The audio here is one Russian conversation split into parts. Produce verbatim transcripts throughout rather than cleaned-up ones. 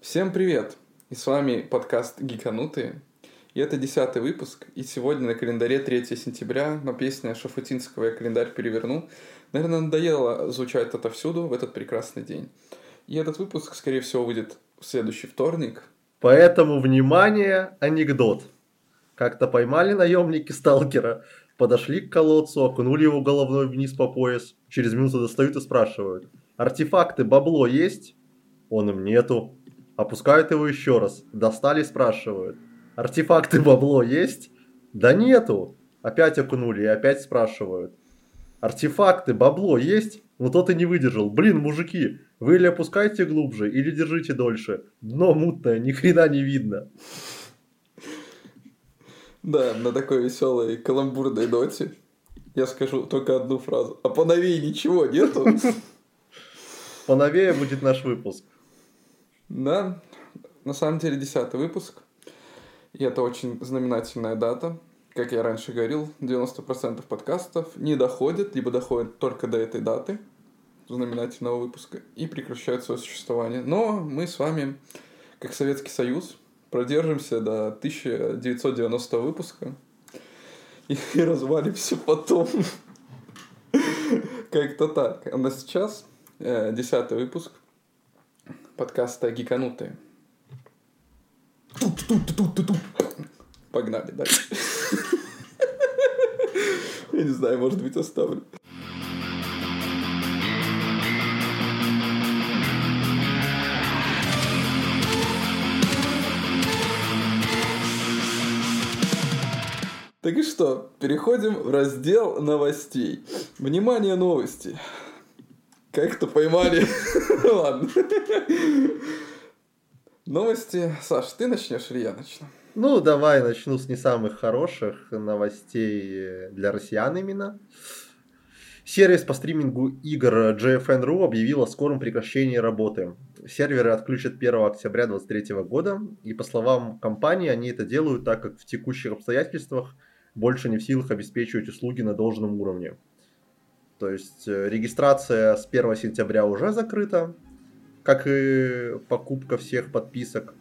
Всем привет! И с вами подкаст «Гиканутые». И это десятый выпуск, и сегодня на календаре третьего сентября, но песня Шафутинского «Я календарь переверну». Наверное, надоело звучать отовсюду в этот прекрасный день. И этот выпуск, скорее всего, выйдет в следующий вторник. Поэтому, внимание, анекдот. Как-то поймали наемники сталкера, подошли к колодцу, окунули его головной вниз по пояс, через минуту достают и спрашивают: «Артефакты, бабло есть?» Он им: «Нету». Опускают его еще раз, достали, спрашивают: «Артефакты, бабло есть?» «Да нету». Опять окунули и опять спрашивают: «Артефакты, бабло есть?» Ну тот и не выдержал: «Блин, мужики, вы или опускайте глубже, или держите дольше. Дно мутное, ни хрена не видно». Да, на такой веселой каламбурной ноте я скажу только одну фразу. А поновее ничего нету? Поновее будет наш выпуск. Да, на самом деле десятый выпуск. И это очень знаменательная дата. Как я раньше говорил, девяносто процентов подкастов не доходят, либо доходят только до этой даты знаменательного выпуска и прекращают свое существование. Но мы с вами, как Советский Союз, продержимся до тысяча девятьсот девяностого выпуска и, и развалимся потом. Как-то так. А на сейчас э, десятый выпуск подкаста «Гиканутые». Погнали дальше. Я не знаю, может быть, оставлю. Так и что, переходим в раздел новостей. Внимание, новости. Как-то поймали. Ладно. Новости. Саш, ты начнешь или я начну? Ну, давай начну с не самых хороших новостей для россиян именно. Сервис по стримингу игр джей эф эн точка ру объявил о скором прекращении работы. Серверы отключат первого октября две тысячи двадцать третьего года, и по словам компании, они это делают, так как в текущих обстоятельствах больше не в силах обеспечивать услуги на должном уровне. То есть регистрация с первого сентября уже закрыта, как и покупка всех подписок.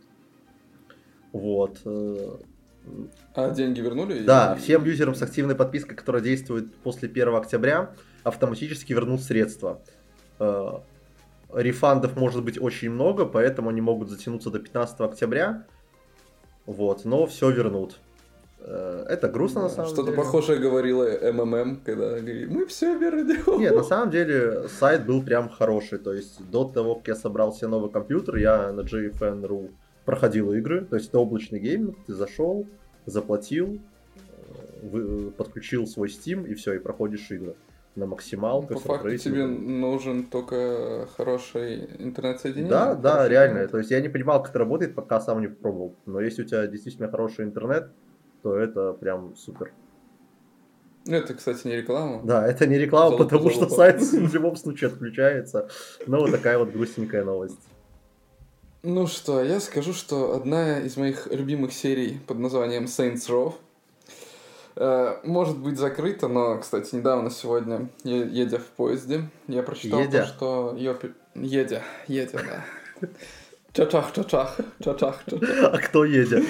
Вот. А деньги вернули? Да, и... всем юзерам с активной подпиской, которая действует после первого октября, автоматически вернут средства. Рефандов может быть очень много, поэтому они могут затянуться до пятнадцатого октября. Вот, но все вернут. Это грустно, да, на самом что-то деле. Что-то похожее говорила эм эм эм, когда говорит: мы все вернем. Нет, на самом деле сайт был прям хороший. То есть до того, как я собрал себе новый компьютер, я на джей эф эн точка ру проходил игры. То есть это облачный гейминг, ты зашел, заплатил, подключил свой Steam и все, и проходишь игры на максималках. По факту тебе нужен только хороший интернет-соединение? Да, да, реально. Интернет. То есть я не понимал, как это работает, пока сам не попробовал. Но если у тебя действительно хороший интернет, то это прям супер. Это, кстати, не реклама. Да, это не реклама, залупа, потому залупа. что сайт в любом случае отключается. Но вот такая вот грустненькая новость. Ну что, я скажу, что одна из моих любимых серий под названием Saints Row э, может быть закрыта, но, кстати, недавно сегодня, едя в поезде, я прочитал едя. то, что ее... Едя, едя, да. Чачах, чачах, чачах, чачах. А кто едя?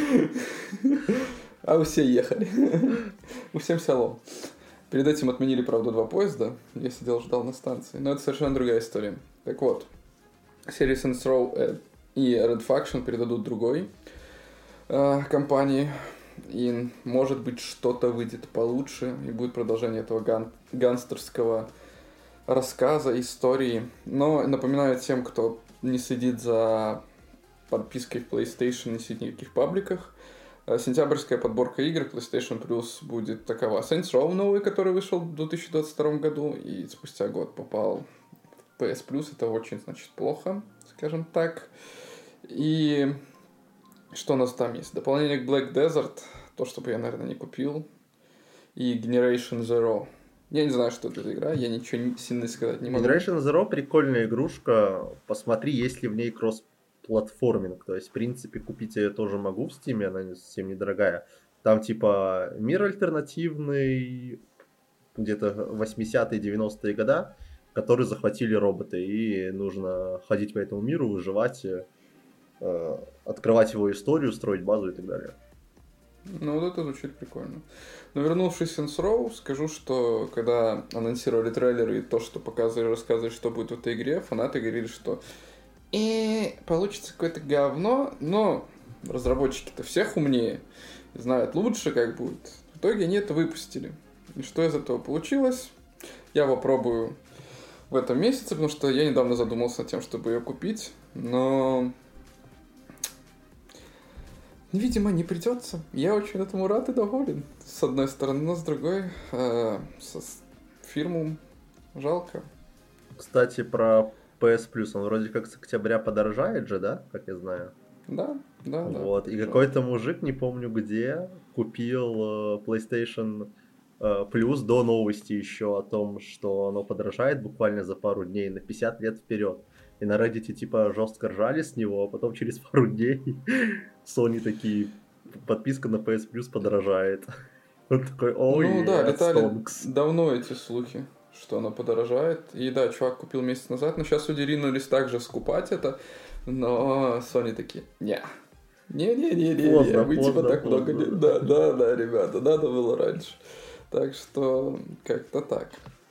А все ехали. У всем селом. Перед этим отменили, правда, два поезда. Я сидел, ждал на станции. Но это совершенно другая история. Так вот, серию Saints Row и Red Faction передадут другой э, компании. И, может быть, что-то выйдет получше. И будет продолжение этого ган- гангстерского рассказа, истории. Но напоминаю тем, кто не следит за подпиской в PlayStation, не сидит в никаких пабликах. Сентябрьская подборка игр PlayStation Plus будет такова. Saints Row новый, который вышел в две тысячи двадцать втором году и спустя год попал в пи эс Plus. Это очень, значит, плохо, скажем так. И что у нас там есть? Дополнение к Black Desert, то, что бы я, наверное, не купил. И Generation Zero. Я не знаю, что это за игра, я ничего сильно сказать не могу. Generation Zero прикольная игрушка. Посмотри, есть ли в ней кросс-платформинг. То есть, в принципе, купить я ее тоже могу в Steam, она совсем недорогая. Там типа мир альтернативный, где-то восьмидесятые, девяностые года, который захватили роботы. И нужно ходить по этому миру, выживать. э, открывать его историю, строить базу и так далее. Ну, вот это звучит прикольно. Но вернувшись в Saints Row, скажу, что когда анонсировали трейлеры и то, что показывали, рассказывали, что будет в этой игре, фанаты говорили, что и получится какое-то говно, но разработчики-то всех умнее, знают лучше, как будет. В итоге они это выпустили. И что из этого получилось, я попробую в этом месяце, потому что я недавно задумался над тем, чтобы ее купить, но... Видимо, не придется. Я очень этому рад и доволен. С одной стороны, но с другой, э, со фирму жалко. Кстати, про пи эс Plus, он вроде как с октября подорожает же, да, как я знаю? Да, да, да. Вот, и какой-то мужик, не помню где, купил э, PlayStation э, Plus до новости еще о том, что оно подорожает буквально за пару дней на пятьдесят лет вперед. И на Reddit типа жестко ржали с него, а потом через пару дней Sony такие, подписка на пи эс Plus подорожает. Он такой, ой, ну да, летали стонкс. давно эти слухи, что она подорожает. И да, чувак купил месяц назад, но сейчас люди ринулись также скупать это. Но Sony такие, не, не-не-не-не, Поздно, вы поздно, типа так поздно. много не... Да, да, да, ребята, надо было раньше. Так что как-то так.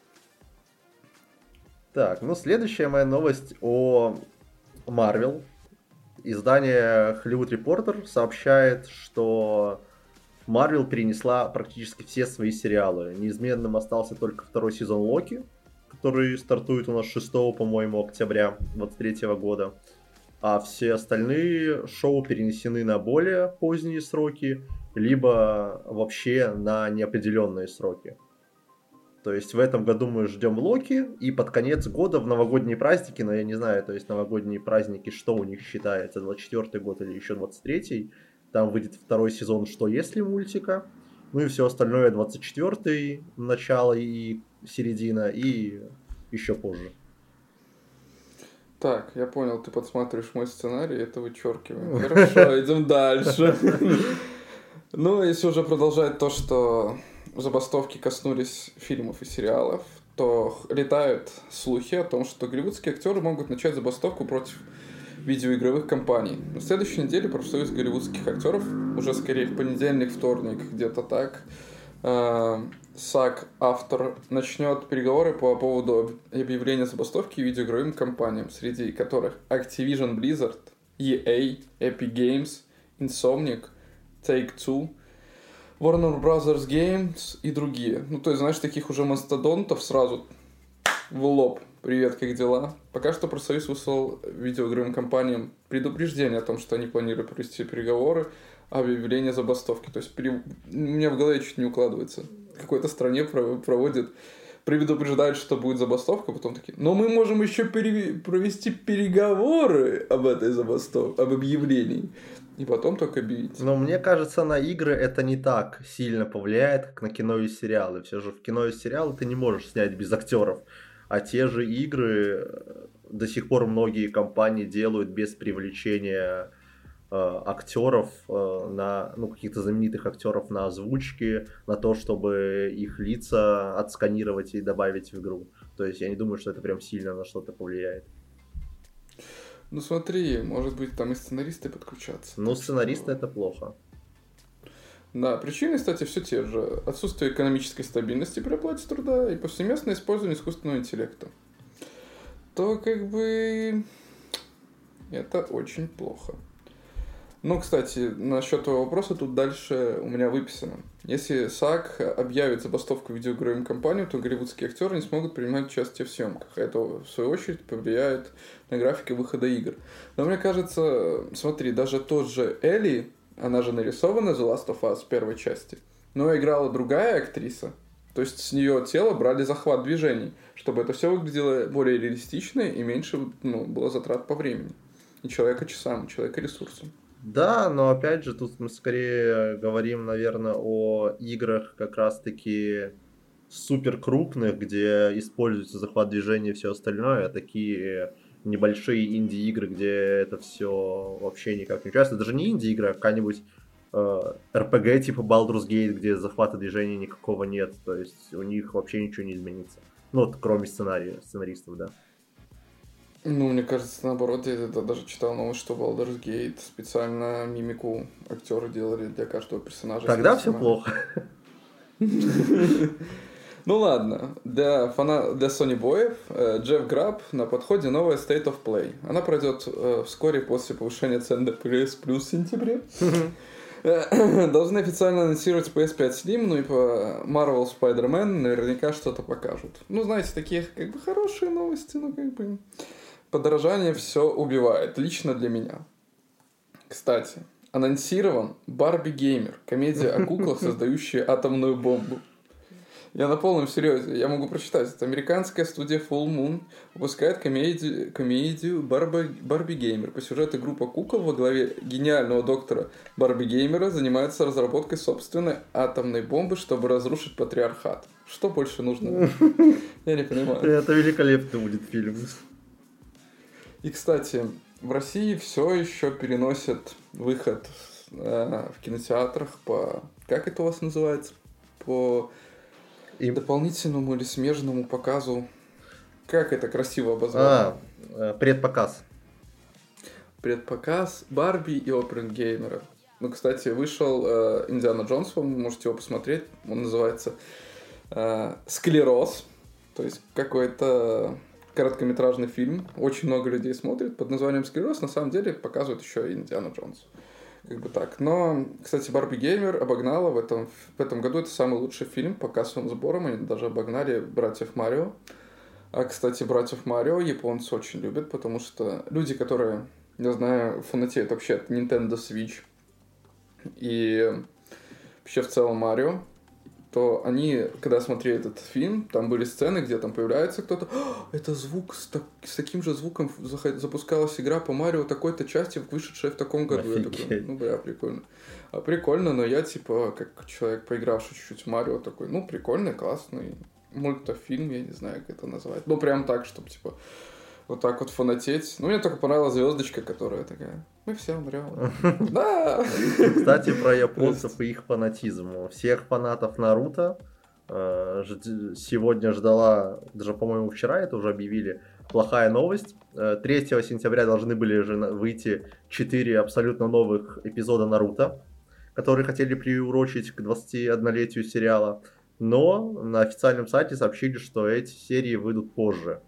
Так, ну следующая моя новость о Marvel. Издание Hollywood Reporter сообщает, что Marvel перенесла практически все свои сериалы. Неизменным остался только второй сезон Локи, который стартует у нас шестого, по-моему, октября двадцать третьего года. А все остальные шоу перенесены на более поздние сроки, либо вообще на неопределенные сроки. То есть в этом году мы ждем Локи, и под конец года в новогодние праздники, но я не знаю, то есть новогодние праздники, что у них считается, двадцать четвёртый год или еще двадцать третий, там выйдет второй сезон «Что если» мультика, ну и все остальное двадцать четвёртый, начало и середина, и еще позже. Так, я понял, ты подсматриваешь мой сценарий, это вычеркиваем. Хорошо, идем дальше. Ну, если уже продолжать то, что забастовки коснулись фильмов и сериалов, то летают слухи о том, что голливудские актеры могут начать забастовку против видеоигровых компаний. На следующей неделе профсоюз голливудских актеров, уже скорее в понедельник, вторник, где-то так, САГ-автор начнет переговоры по поводу объявления забастовки видеоигровым компаниям, среди которых Activision Blizzard, и эй, Epic Games, Insomniac, Take-Two, Warner Brothers Games и другие. Ну, то есть, знаешь, таких уже мастодонтов сразу в лоб. Привет, как дела? Пока что профсоюз выслал видеоигровым компаниям предупреждение о том, что они планируют провести переговоры об объявлении забастовки. То есть, пере... у меня в голове чуть не укладывается. В какой-то стране проводят, предупреждают, что будет забастовка, потом такие, но мы можем еще пере... провести переговоры об этой забастовке, об объявлении. И потом только объявить. Но мне кажется, на игры это не так сильно повлияет, как на кино и сериалы. Все же в кино и сериалы ты не можешь снять без актеров. А те же игры до сих пор многие компании делают без привлечения э, актеров, э, на, ну, каких-то знаменитых актеров на озвучки, на то, чтобы их лица отсканировать и добавить в игру. То есть я не думаю, что это прям сильно на что-то повлияет. Ну смотри, может быть там и сценаристы подключаться. Ну, сценаристы что... это плохо. Да, причины, кстати, все те же. Отсутствие экономической стабильности при оплате труда и повсеместное использование искусственного интеллекта. То как бы это очень плохо. Ну, кстати, насчет твоего вопроса тут дальше у меня выписано. Если САГ объявит забастовку видеоигровым компаниям, то голливудские актеры не смогут принимать участие в съемках. А это, в свою очередь, повлияет на графики выхода игр. Но мне кажется, смотри, даже тот же Элли, она же нарисована The Last of Us в первой части, но играла другая актриса. То есть с нее тело брали захват движений, чтобы это все выглядело более реалистично и меньше, ну, было затрат по времени. И человека часам, и человека ресурсам. Да, но опять же, тут мы скорее говорим, наверное, о играх как раз-таки супер крупных, где используется захват движения и все остальное, а такие небольшие инди-игры, где это все вообще никак не участвует. Даже не инди-игры, а какая-нибудь э, эр пи джи типа Baldur's Gate, где захвата движения никакого нет. То есть у них вообще ничего не изменится. Ну, вот, кроме сценария, сценаристов, да. Ну, мне кажется, наоборот, я это даже читал новость, что Baldur's Gate специально мимику актеры делали для каждого персонажа. Тогда все плохо. Ну ладно, для, фана... для Sony боев э, Джефф Граб на подходе новая State of Play. Она пройдет э, вскоре после повышения цен до пи эс Plus в сентябре. Должны официально анонсировать пи эс пять Slim, ну и по Marvel Spider-Man наверняка что-то покажут. Ну, знаете, такие как бы хорошие новости, ну как бы подорожание все убивает, лично для меня. Кстати, анонсирован Барби Геймер, комедия о куклах, создающие атомную бомбу. Я на полном серьезе, я могу прочитать. Это американская студия Full Moon выпускает комедию, комедию Барби, Барби Геймер. По сюжету группа кукол во главе гениального доктора Барби Геймера занимается разработкой собственной атомной бомбы, чтобы разрушить патриархат. Что больше нужно? Я не понимаю. Это великолепный будет фильм. И, кстати, в России все еще переносят выход э, в кинотеатрах по... Как это у вас называется? По... И дополнительному или смежному показу. Как это красиво обозвано? А, предпоказ. Предпоказ Барби и Оппенгеймера. Ну, кстати, вышел э, Индиана Джонс, вы можете его посмотреть. Он называется э, «Склероз». То есть какой-то короткометражный фильм. Очень много людей смотрит под названием «Склероз». На самом деле показывает еще и Индиана Джонс. Как бы так. Но, кстати, Барби Геймер обогнала в этом, в этом году. Это самый лучший фильм по кассовым сборам. Они даже обогнали «Братьев Марио». А, кстати, «Братьев Марио» японцы очень любят, потому что люди, которые, не знаю, фанатеют вообще от Nintendo Switch и вообще в целом Марио, то они, когда смотрели этот фильм, там были сцены, где там появляется кто-то, это звук, с, так, с таким же звуком запускалась игра по Марио такой-то части, вышедшая в таком году. Я такой, ну, бля, прикольно. А прикольно, но я, типа, как человек, поигравший чуть-чуть в Марио, такой, ну, прикольный, классный мультфильм, я не знаю, как это назвать. Ну, прям так, чтобы, типа, вот так вот фанатеть. Ну, мне только понравилась звездочка, которая такая, мы все умрем. Да! Кстати, про японцев и их фанатизм. Всех фанатов Наруто э, сегодня ждала, даже, по-моему, вчера это уже объявили, плохая новость. третьего сентября должны были же выйти четыре абсолютно новых эпизода Наруто, которые хотели приурочить к двадцатиоднолетию сериала. Но на официальном сайте сообщили, что эти серии выйдут позже.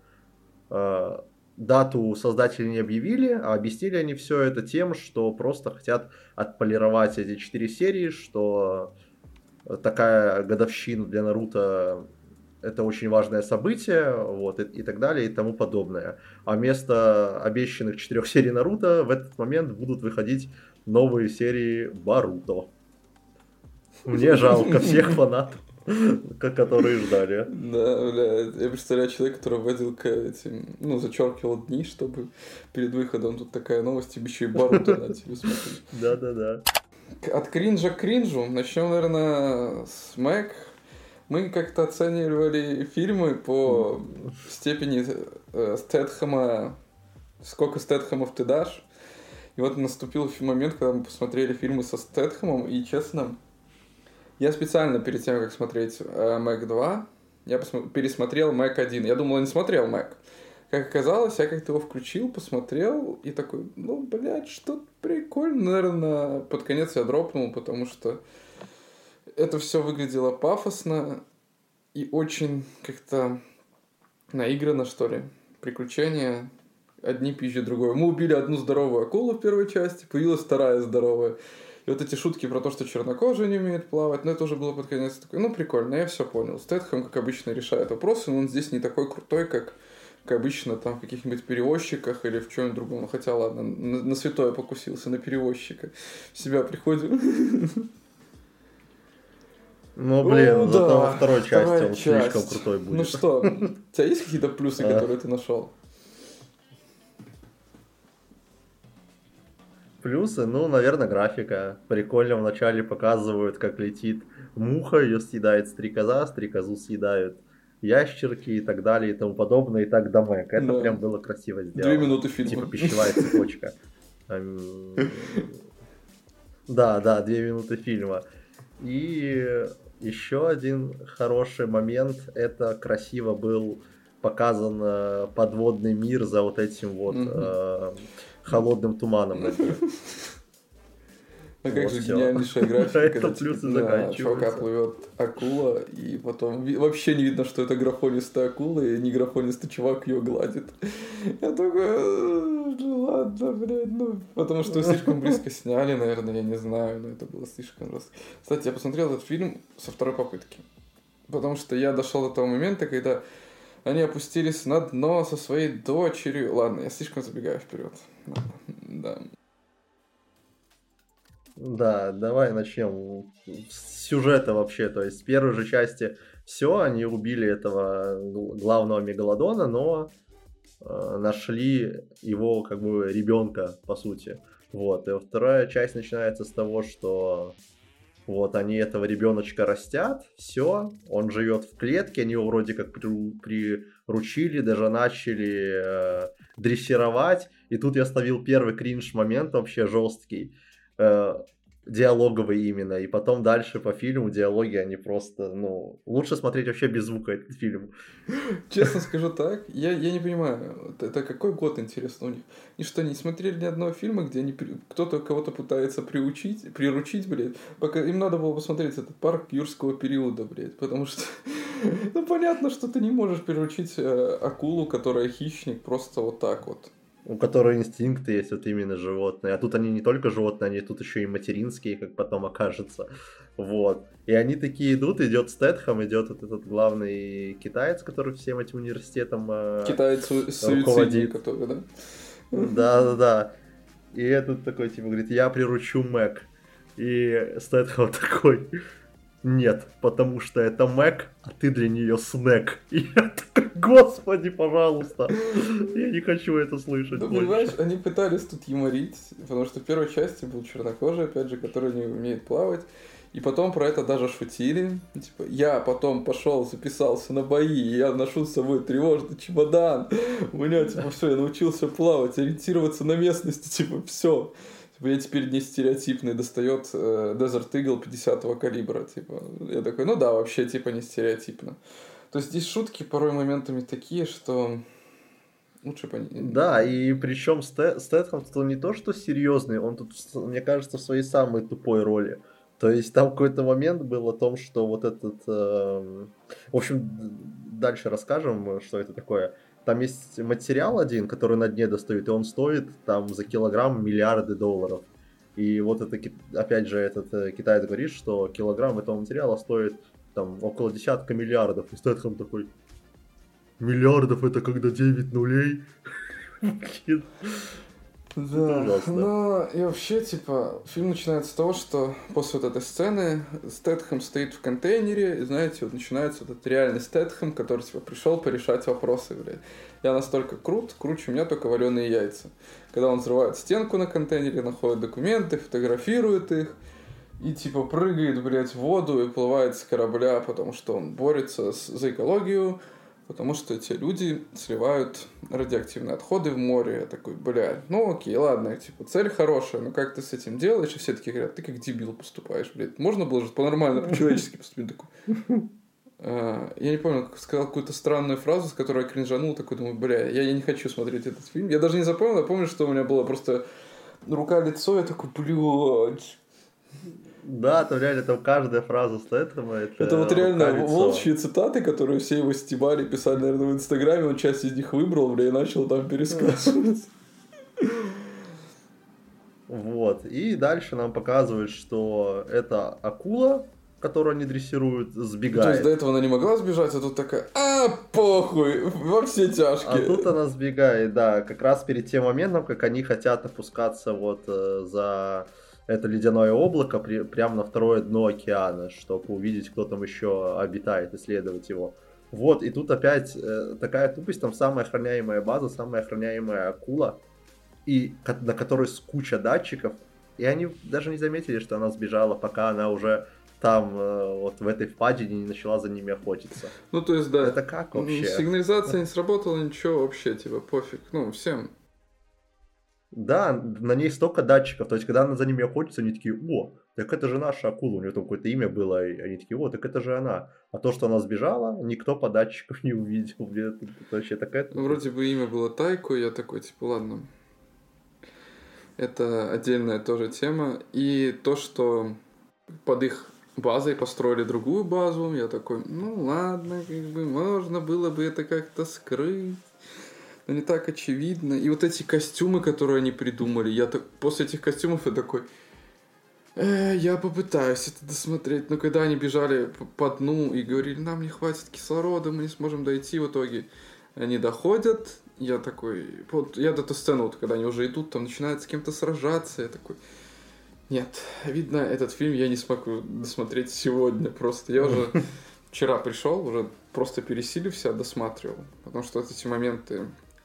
Дату создатели не объявили, а объяснили они все это тем, что просто хотят отполировать эти четыре серии, что такая годовщина для Наруто это очень важное событие, вот, и, и так далее, и тому подобное. А вместо обещанных четырех серий Наруто в этот момент будут выходить новые серии Боруто. Мне жалко всех фанатов, которые ждали. Да, бля, я представляю человека, который вводил к этим, ну, зачеркивал дни, чтобы перед выходом тут такая новость, тебе еще и Боруто на тебе смотреть. Да-да-да. От кринжа к кринжу. Начнем, наверное, с Мэг. Мы как-то оценивали фильмы по степени э, Стэтхэма, сколько Стэтхэмов ты дашь. И вот наступил момент, когда мы посмотрели фильмы со Стэтхэмом, и, честно, я специально перед тем, как смотреть э, Мэг два, я посмотр... пересмотрел Мэг один. Я думал, я не смотрел Мэг. Как оказалось, я как-то его включил, посмотрел, и такой, ну, блядь, что-то прикольно. Наверное, под конец я дропнул, потому что это все выглядело пафосно и очень как-то наигранно, что ли. Приключения одни пизже другой. Мы убили одну здоровую акулу в первой части, появилась вторая здоровая. И вот эти шутки про то, что чернокожие не умеют плавать, ну, это уже было под конец такой, ну, прикольно, я все понял. Стэтхэм, как обычно, решает вопросы, но он здесь не такой крутой, как, как обычно там в каких-нибудь перевозчиках или в чем-нибудь другом. Ну, хотя, ладно, на, на святое покусился, на перевозчика. В себя приходим. Ну, блин, О, зато да, во второй части он часть. слишком крутой будет. Ну что, у тебя есть какие-то плюсы, которые ты нашел? Плюсы, ну, наверное, графика. Прикольно вначале показывают, как летит муха, ее съедает стрекоза, стрекозу съедают ящерки и так далее и тому подобное, и так до Мэг. Это Да. Прям было красиво сделано. Две минуты фильма. Типа пищевая цепочка. Да, да, две минуты фильма. И еще один хороший момент, это красиво был показан э, подводный мир за вот этим вот э, холодным туманом. А как же гениальнейшая графика, когда на чувака плывет акула, и потом вообще не видно, что это графонистая акула, и не графонистый чувак ее гладит. Я такой, ладно, блядь, ну... Потому что слишком близко сняли, наверное, я не знаю, но это было слишком жестко. Кстати, я посмотрел этот фильм со второй попытки. Потому что я дошел до того момента, когда они опустились на дно со своей дочерью. Ладно, я слишком забегаю вперед. Да. Да, давай начнем с сюжета вообще. То есть в первой же части все, они убили этого главного мегалодона, но э, нашли его как бы ребенка, по сути. Вот. И вторая часть начинается с того, что вот они этого ребеночка растят, все, он живет в клетке, они его вроде как приручили, даже начали э, дрессировать. И тут я ставил первый кринж момент вообще жесткий. Диалоговый именно, и потом дальше по фильму диалоги, они просто, ну, лучше смотреть вообще без звука этот фильм. Честно скажу так, я, я не понимаю, это какой год, интересно, у них? Они что, не смотрели ни одного фильма, где они, кто-то кого-то пытается приучить, приручить, блядь, пока им надо было посмотреть этот парк юрского периода, блядь, потому что, ну, понятно, что ты не можешь приручить э, акулу, которая хищник, просто вот так вот. У которой инстинкты есть, вот именно животные. А тут они не только животные, они тут еще и материнские, как потом окажется. Вот. И они такие идут, идет Стэтхэм, идет вот этот главный китаец, который всем этим университетом э, китаец-суицидник, который, да? Да-да-да. И этот такой, типа, говорит, я приручу Мэг. И Стэтхэм такой... Нет, потому что это Мэг, а ты для нее снэк. И я такой, господи, пожалуйста, я не хочу это слышать. Да, понимаешь, они пытались тут юморить, потому что в первой части был чернокожий, опять же, который не умеет плавать. И потом про это даже шутили. Типа, я потом пошел, записался на бои, и я ношу с собой тревожный чемодан. У меня, типа, все, я научился плавать, ориентироваться на местности, типа, все. Я теперь не стереотипный, достает э, Desert Eagle пятидесятого калибра, типа. Я такой, ну да, вообще, типа, не стереотипно. То есть здесь шутки порой моментами такие, что лучше понять. Да, и причем Стэтхэм, он не то, что серьезный, он тут, мне кажется, в своей самой тупой роли. То есть там какой-то момент был о том, что вот этот... Э, в общем, дальше расскажем, что это такое. Там есть материал один, который на дне достают, и он стоит там за килограмм миллиарды долларов. И вот это, опять же, этот э, китаец говорит, что килограмм этого материала стоит там около десятка миллиардов. И Стэтхэм такой, миллиардов это когда девять нулей? Да, но и вообще, типа, фильм начинается с того, что после вот этой сцены Стэтхэм стоит в контейнере, и, знаете, вот начинается вот этот реальный Стэтхэм, который, типа, пришел порешать вопросы, блядь. Я настолько крут, круче у меня только вареные яйца. Когда он взрывает стенку на контейнере, находит документы, фотографирует их, и, типа, прыгает, блядь, в воду и плывает с корабля, потому что он борется с, за экологию, потому что эти люди сливают радиоактивные отходы в море. Я такой, блядь, ну окей, ладно, типа, цель хорошая, но как ты с этим делаешь? И все таки говорят, ты как дебил поступаешь, блядь. Можно было же по-нормально, по-человечески поступить? Такой. А, я не помню, как сказал какую-то странную фразу, с которой я кринжанул, такой, думаю, бля, я, я не хочу смотреть этот фильм. Я даже не запомнил, я помню, что у меня было просто рука-лицо, я такой, блядь. Да, там реально там каждая фраза Стэтхэма это... Это вот реально волчьи цитаты, которые все его стебали, писали, наверное, в Инстаграме, он часть из них выбрал, бля, и начал там пересказывать. Вот, и дальше нам показывают, что это акула, которую они дрессируют, сбегает. То есть до этого она не могла сбежать, а тут такая, а, похуй, во все тяжкие. А тут она сбегает, да, как раз перед тем моментом, как они хотят опускаться вот э, за... это ледяное облако при, прямо на второе дно океана, чтобы увидеть, кто там еще обитает, исследовать его. Вот, и тут опять э, такая тупость, там самая охраняемая база, самая охраняемая акула, и на которой куча датчиков, и они даже не заметили, что она сбежала, пока она уже там, э, вот в этой впадине не начала за ними охотиться. Ну, то есть, да. Это как вообще? Сигнализация не сработала, ничего вообще, типа, пофиг, ну, всем. Да, на ней столько датчиков, то есть, когда она за ними охотится, они такие, о, так это же наша акула, у нее там какое-то имя было, и они такие, о, так это же она. А то, что она сбежала, никто по датчикам не увидел. Мне это, это вообще такая Ну, тупость. вроде бы имя было Тайко, я такой, типа, ладно. Это отдельная тоже тема. И то, что под их базой построили другую базу, я такой, ну ладно, как бы можно было бы это как-то скрыть. Но не так очевидно. И вот эти костюмы, которые они придумали, я так после этих костюмов я такой, э, я попытаюсь это досмотреть. Но когда они бежали по, по дну и говорили, нам не хватит кислорода, мы не сможем дойти, в итоге они доходят. Я такой, вот я эту сцену, вот, когда они уже идут, там начинают с кем-то сражаться, я такой, нет, видно, этот фильм я не смогу досмотреть сегодня. Просто я уже вчера пришел, уже просто пересилив себя, досматривал. Потому что вот эти моменты,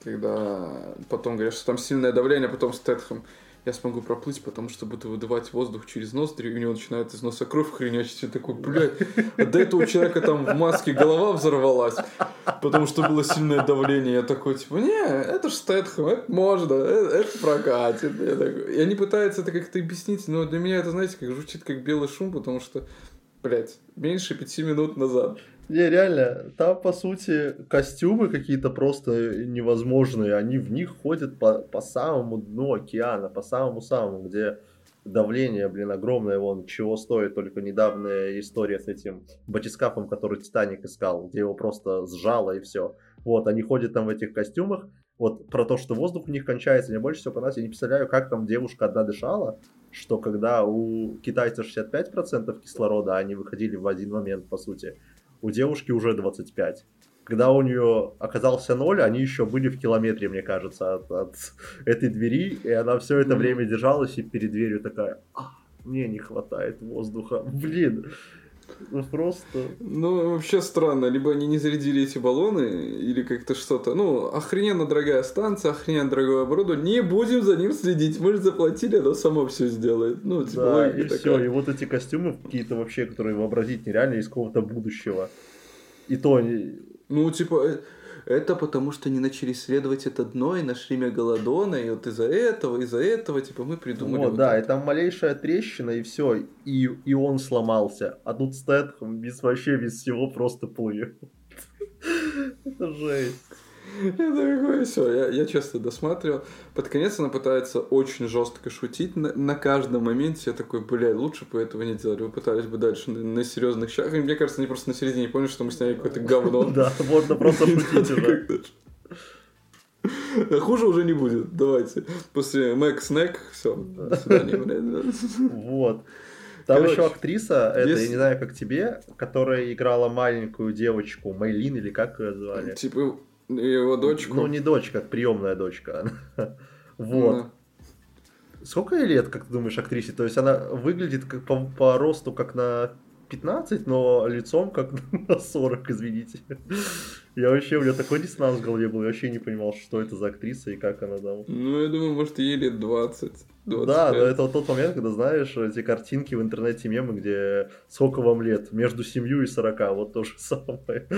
когда потом говорят, что там сильное давление, а потом Стэтхэм, я смогу проплыть, потому что буду выдувать воздух через ноздри, и у него начинает из носа кровь хренячить. Я такой, блядь, а до этого человека там в маске голова взорвалась, потому что было сильное давление. Я такой, типа, не, это ж Стэтхэм, это можно, это, это прокатит. Я такой, и они пытаются это как-то объяснить, но для меня это, знаете, как звучит как белый шум, потому что, блядь, меньше пяти минут назад. Не, реально, там, по сути, костюмы какие-то просто невозможные. Они в них ходят по, по самому дну океана, по самому-самому, где давление, блин, огромное. Вон, чего стоит только недавняя история с этим батискафом, который Титаник искал, где его просто сжало и все. Вот, они ходят там в этих костюмах. Вот про то, что воздух у них кончается, мне больше всего понравилось. Я не представляю, как там девушка одна дышала, что когда у китайцев шестьдесят пять процентов кислорода, они выходили в один момент, по сути, у девушки уже двадцать пять. Когда у нее оказался ноль, они еще были в километре, мне кажется, от, от этой двери, и она все это mm-hmm. время держалась и перед дверью такая, а, мне не хватает воздуха, блин, ну просто... Ну, вообще странно, либо они не зарядили эти баллоны, или как-то что-то, ну, охрененно дорогая станция, охрененно дорогое оборудование, не будем за ним следить, мы же заплатили, оно само все сделает, ну, типа, да, и такая. Все, и вот эти костюмы какие-то вообще, которые вообразить нереально из какого-то будущего, и то... Ну, типа, это потому что они начали исследовать это дно и нашли мегалодона, и вот из-за этого, из-за этого, типа, мы придумали... Вот, вот да, это. И там малейшая трещина, и все, и, и он сломался. А тут Стэтхэм без, вообще без всего просто плывет. Это жесть. Я такой, все, я, я честно досматривал. Под конец она пытается очень жестко шутить на, на каждом моменте. Я такой, блядь, лучше бы этого не делали. Вы пытались бы дальше на, на серьезных щах. И мне кажется, они просто на середине поняли, что мы сняли какое-то говно. Да, можно просто шутить уже. Хуже уже не будет. Давайте. После Мэг Снэк, все, до свидания, блядь. Вот. Там Короче, еще актриса, это, если... я не знаю, как тебе, которая играла маленькую девочку, Мэйлин, или как ее звали? Типа его дочку. Ну, не дочка, приемная дочка. Вот. Mm. Сколько ей лет, как ты думаешь, актрисе? То есть она выглядит как по, по росту как на пятнадцать, но лицом как на сорок, извините. Я вообще, у меня такой диссонанс в голове был, я вообще не понимал, что это за актриса и как она там. Ну, я думаю, может, ей лет двадцать. Да, но это вот тот момент, когда, знаешь, эти картинки в интернете, мемы, где сколько вам лет, между семью и сорока, вот то же самое.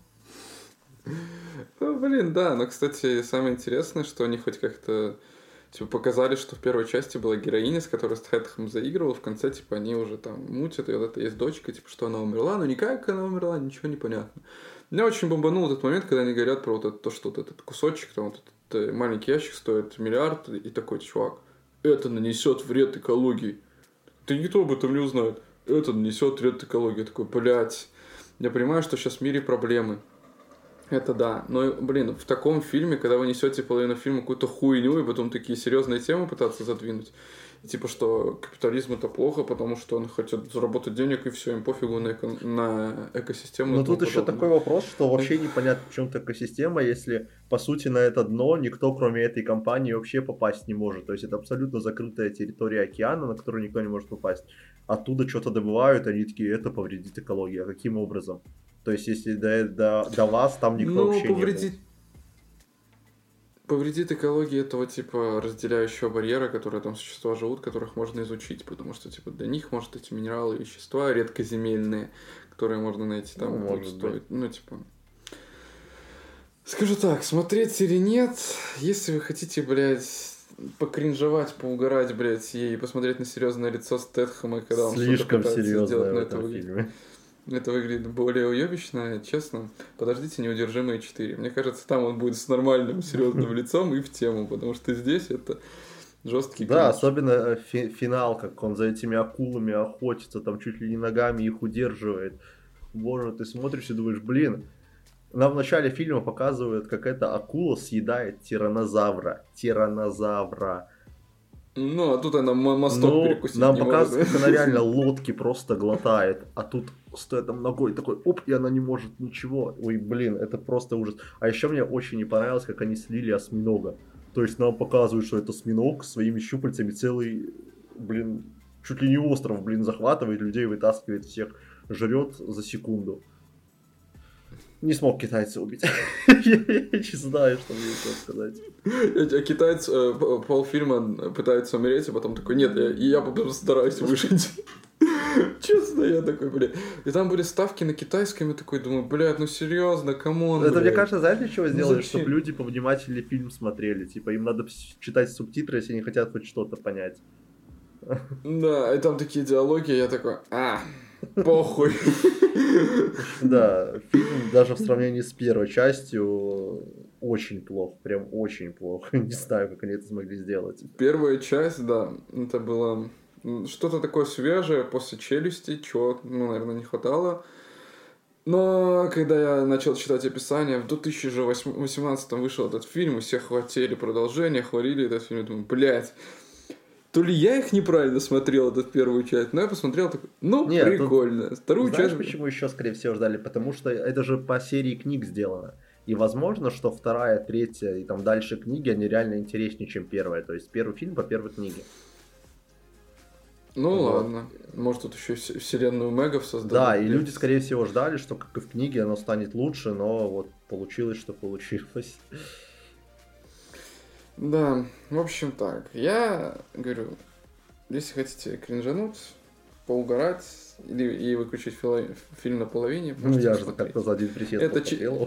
Ну, блин, да, но, кстати, самое интересное, что они хоть как-то, типа, показали, что в первой части была героиня, с которой Стэтхэм заигрывал, в конце, типа, они уже там мутят, и вот это есть дочка, типа, что она умерла, но никак она умерла, ничего не понятно. Меня очень бомбанул этот момент, когда они говорят про вот это, то, что вот этот кусочек, там, вот этот маленький ящик стоит миллиард, и такой, чувак, это нанесет вред экологии. Ты никто об этом не узнает. Это нанесет вред экологии. Я такой, блядь, я понимаю, что сейчас в мире проблемы. Это да. Но, блин, в таком фильме, когда вы несете половину фильма какую-то хуйню, и потом такие серьезные темы пытаться задвинуть, и типа, что капитализм это плохо, потому что он хочет заработать денег, и все, им пофигу на, эко- на экосистему. Но тут еще такой вопрос, что вообще непонятно, в чем-то экосистема, если, по сути, на это дно никто, кроме этой компании, вообще попасть не может. То есть это абсолютно закрытая территория океана, на которую никто не может попасть. Оттуда что-то добывают, они такие, это повредит экологии. А каким образом? То есть, если до, до, до вас там никто ну, вообще повредит... не был. Повредит экологии этого, типа, разделяющего барьера, которые там существа живут, которых можно изучить, потому что, типа, для них, может, эти минералы и вещества редкоземельные, которые можно найти там, ну, будут стоить. Ну, типа... Скажу так, смотреть или нет, если вы хотите, блядь, покринжевать, поугарать, блядь, и посмотреть на серьезное лицо Стэтхэма, когда он Слишком что-то пытается серьезное сделать, в но этом это выглядит, фильме. это выглядит более уебищно, честно. Подождите «Неудержимые четыре». Мне кажется, там он будет с нормальным, серьезным лицом и в тему, потому что здесь это жесткий Да, кринж. особенно фи- финал, как он за этими акулами охотится, там чуть ли не ногами их удерживает. Боже, ты смотришь и думаешь, блин, нам в начале фильма показывают, как эта акула съедает тираннозавра. Тираннозавра. Ну, а тут она м- мосток Ну, перекусить нам не показывают, может. как она реально лодки просто глотает, а тут стоит там ногой такой, оп, и она не может ничего. Ой, блин, это просто ужас. А еще мне очень не понравилось, как они слили осьминога. То есть нам показывают, что это осьминог своими щупальцами целый, блин, чуть ли не остров, блин, захватывает людей, вытаскивает всех, жрет за секунду. Не смог китайца убить. Я не знаю, что мне еще сказать. А китаец э, п- полфильма пытается умереть, а потом такой, нет, я, и я постараюсь выжить. Честно, я такой, бля. И там были ставки на китайском, я такой думаю, блядь, ну серьезно, камон, Это, мне блядь. кажется, знаешь, для чего Ну сделали? зачем? Чтобы люди повнимательнее фильм смотрели. Типа, им надо пс- читать субтитры, если они хотят хоть что-то понять. Да, и там такие диалоги, я такой, а, похуй. Да, фильм даже в сравнении с первой частью очень плох. Прям очень плохо. Не знаю, как они это смогли сделать. Первая часть, да, это было м, что-то такое свежее после «Челюсти», чего, ну, наверное, не хватало. Но когда я начал читать описание, в две тысячи восемнадцатом вышел этот фильм, и все хватили продолжение, хвалили этот фильм, я думаю, блядь, то ли я их неправильно смотрел, эту первую часть, но я посмотрел, такой, ну, Нет, тут прикольно. Вторую знаешь, часть... почему еще, скорее всего, ждали? Потому что это же по серии книг сделано. И возможно, что вторая, третья и там дальше книги, они реально интереснее, чем первая. То есть первый фильм по первой книге. Ну Вот. ладно, может тут еще вс- вселенную Мегов создадут. Да, и блядь. люди, скорее всего, ждали, что как и в книге оно станет лучше, но вот получилось, что получилось. Да, в общем так, я говорю, если хотите кринжануть, поугарать или и выключить фило- фильм на половине, Ну, можете я же посмотреть. как-то за один присест Это посмотрел.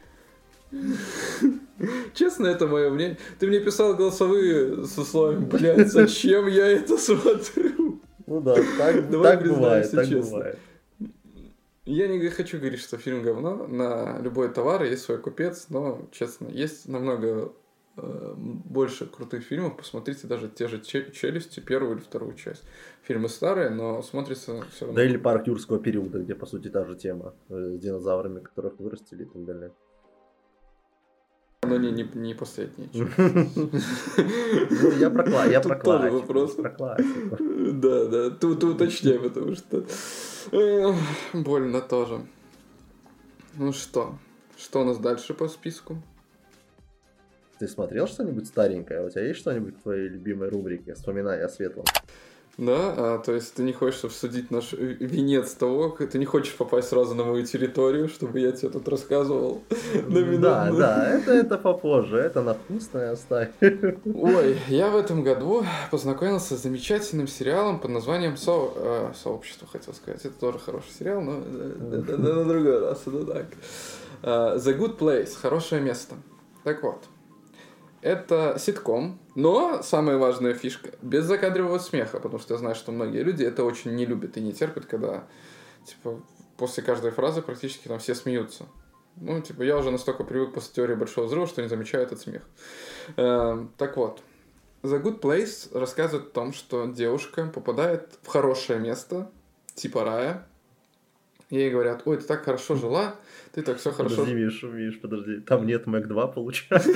Честно, это мое мнение. Ты мне писал голосовые со словами, блядь, зачем я это смотрю? Ну да, так, Давай так бывает, признаемся так честно. бывает. Я не хочу говорить, что фильм говно. На любой товар есть свой купец, но, честно, есть намного э, больше крутых фильмов. Посмотрите даже те же «Че- «Челюсти», первую или вторую часть. Фильмы старые, но смотрится все равно. Да или парк юрского периода, где, по сути, та же тема. э, С динозаврами, которых вырастили и так далее. Но не, не, не последние. чё. Ну, я про кла- я Тут про тоже классику. вопрос. Про классику. Да, да, тут уточняй, потому что э, больно тоже. Ну что, что у нас дальше по списку? Ты смотрел что-нибудь старенькое? У тебя есть что-нибудь в твоей любимой рубрике «Вспоминай о светлом»? Да, а, то есть ты не хочешь обсудить наш э, венец того, как- ты не хочешь попасть сразу на мою территорию, чтобы я тебе тут рассказывал на минуту. Да, да, это, это попозже, это на вкусное оставь. Ой, я в этом году познакомился с замечательным сериалом под названием Со... э, «Сообщество», хотел сказать. Это тоже хороший сериал, но э, да, да, да, на другой раз, это так. Э, The Good Place, хорошее место. Так вот, это ситком, но самая важная фишка – без закадрового смеха, потому что я знаю, что многие люди это очень не любят и не терпят, когда типа, после каждой фразы практически там все смеются. Ну, типа, я уже настолько привык после теории Большого Взрыва, что не замечаю этот смех. Эм, так вот, The Good Place рассказывает о том, что девушка попадает в хорошее место, типа рая. Ей говорят, ой, ты так хорошо жила, ты так все хорошо... Подожди, Миш, Миш, подожди. Там нет Мэк два, получается.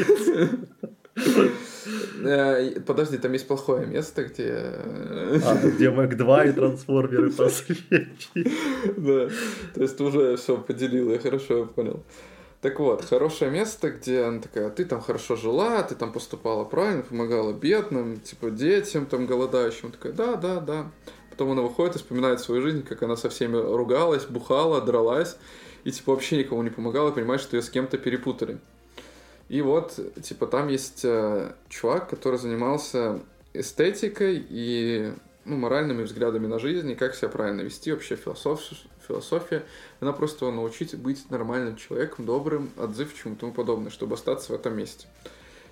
Э, Подожди, там есть плохое место, где... А, где Мэк два и трансформеры последние. Да, то есть ты уже все поделила, я хорошо понял. Так вот, хорошее место, где она такая, ты там хорошо жила, ты там поступала правильно, помогала бедным, типа детям там голодающим. Такая, да, да, да. Потом она выходит и вспоминает свою жизнь, как она со всеми ругалась, бухала, дралась, и типа вообще никому не помогала, и понимает, что ее с кем-то перепутали. И вот, типа, там есть э, чувак, который занимался эстетикой и ну, моральными взглядами на жизнь, и как себя правильно вести, вообще философ, философия. Она просто его научить быть нормальным человеком, добрым, отзывчивым и тому подобное, чтобы остаться в этом месте.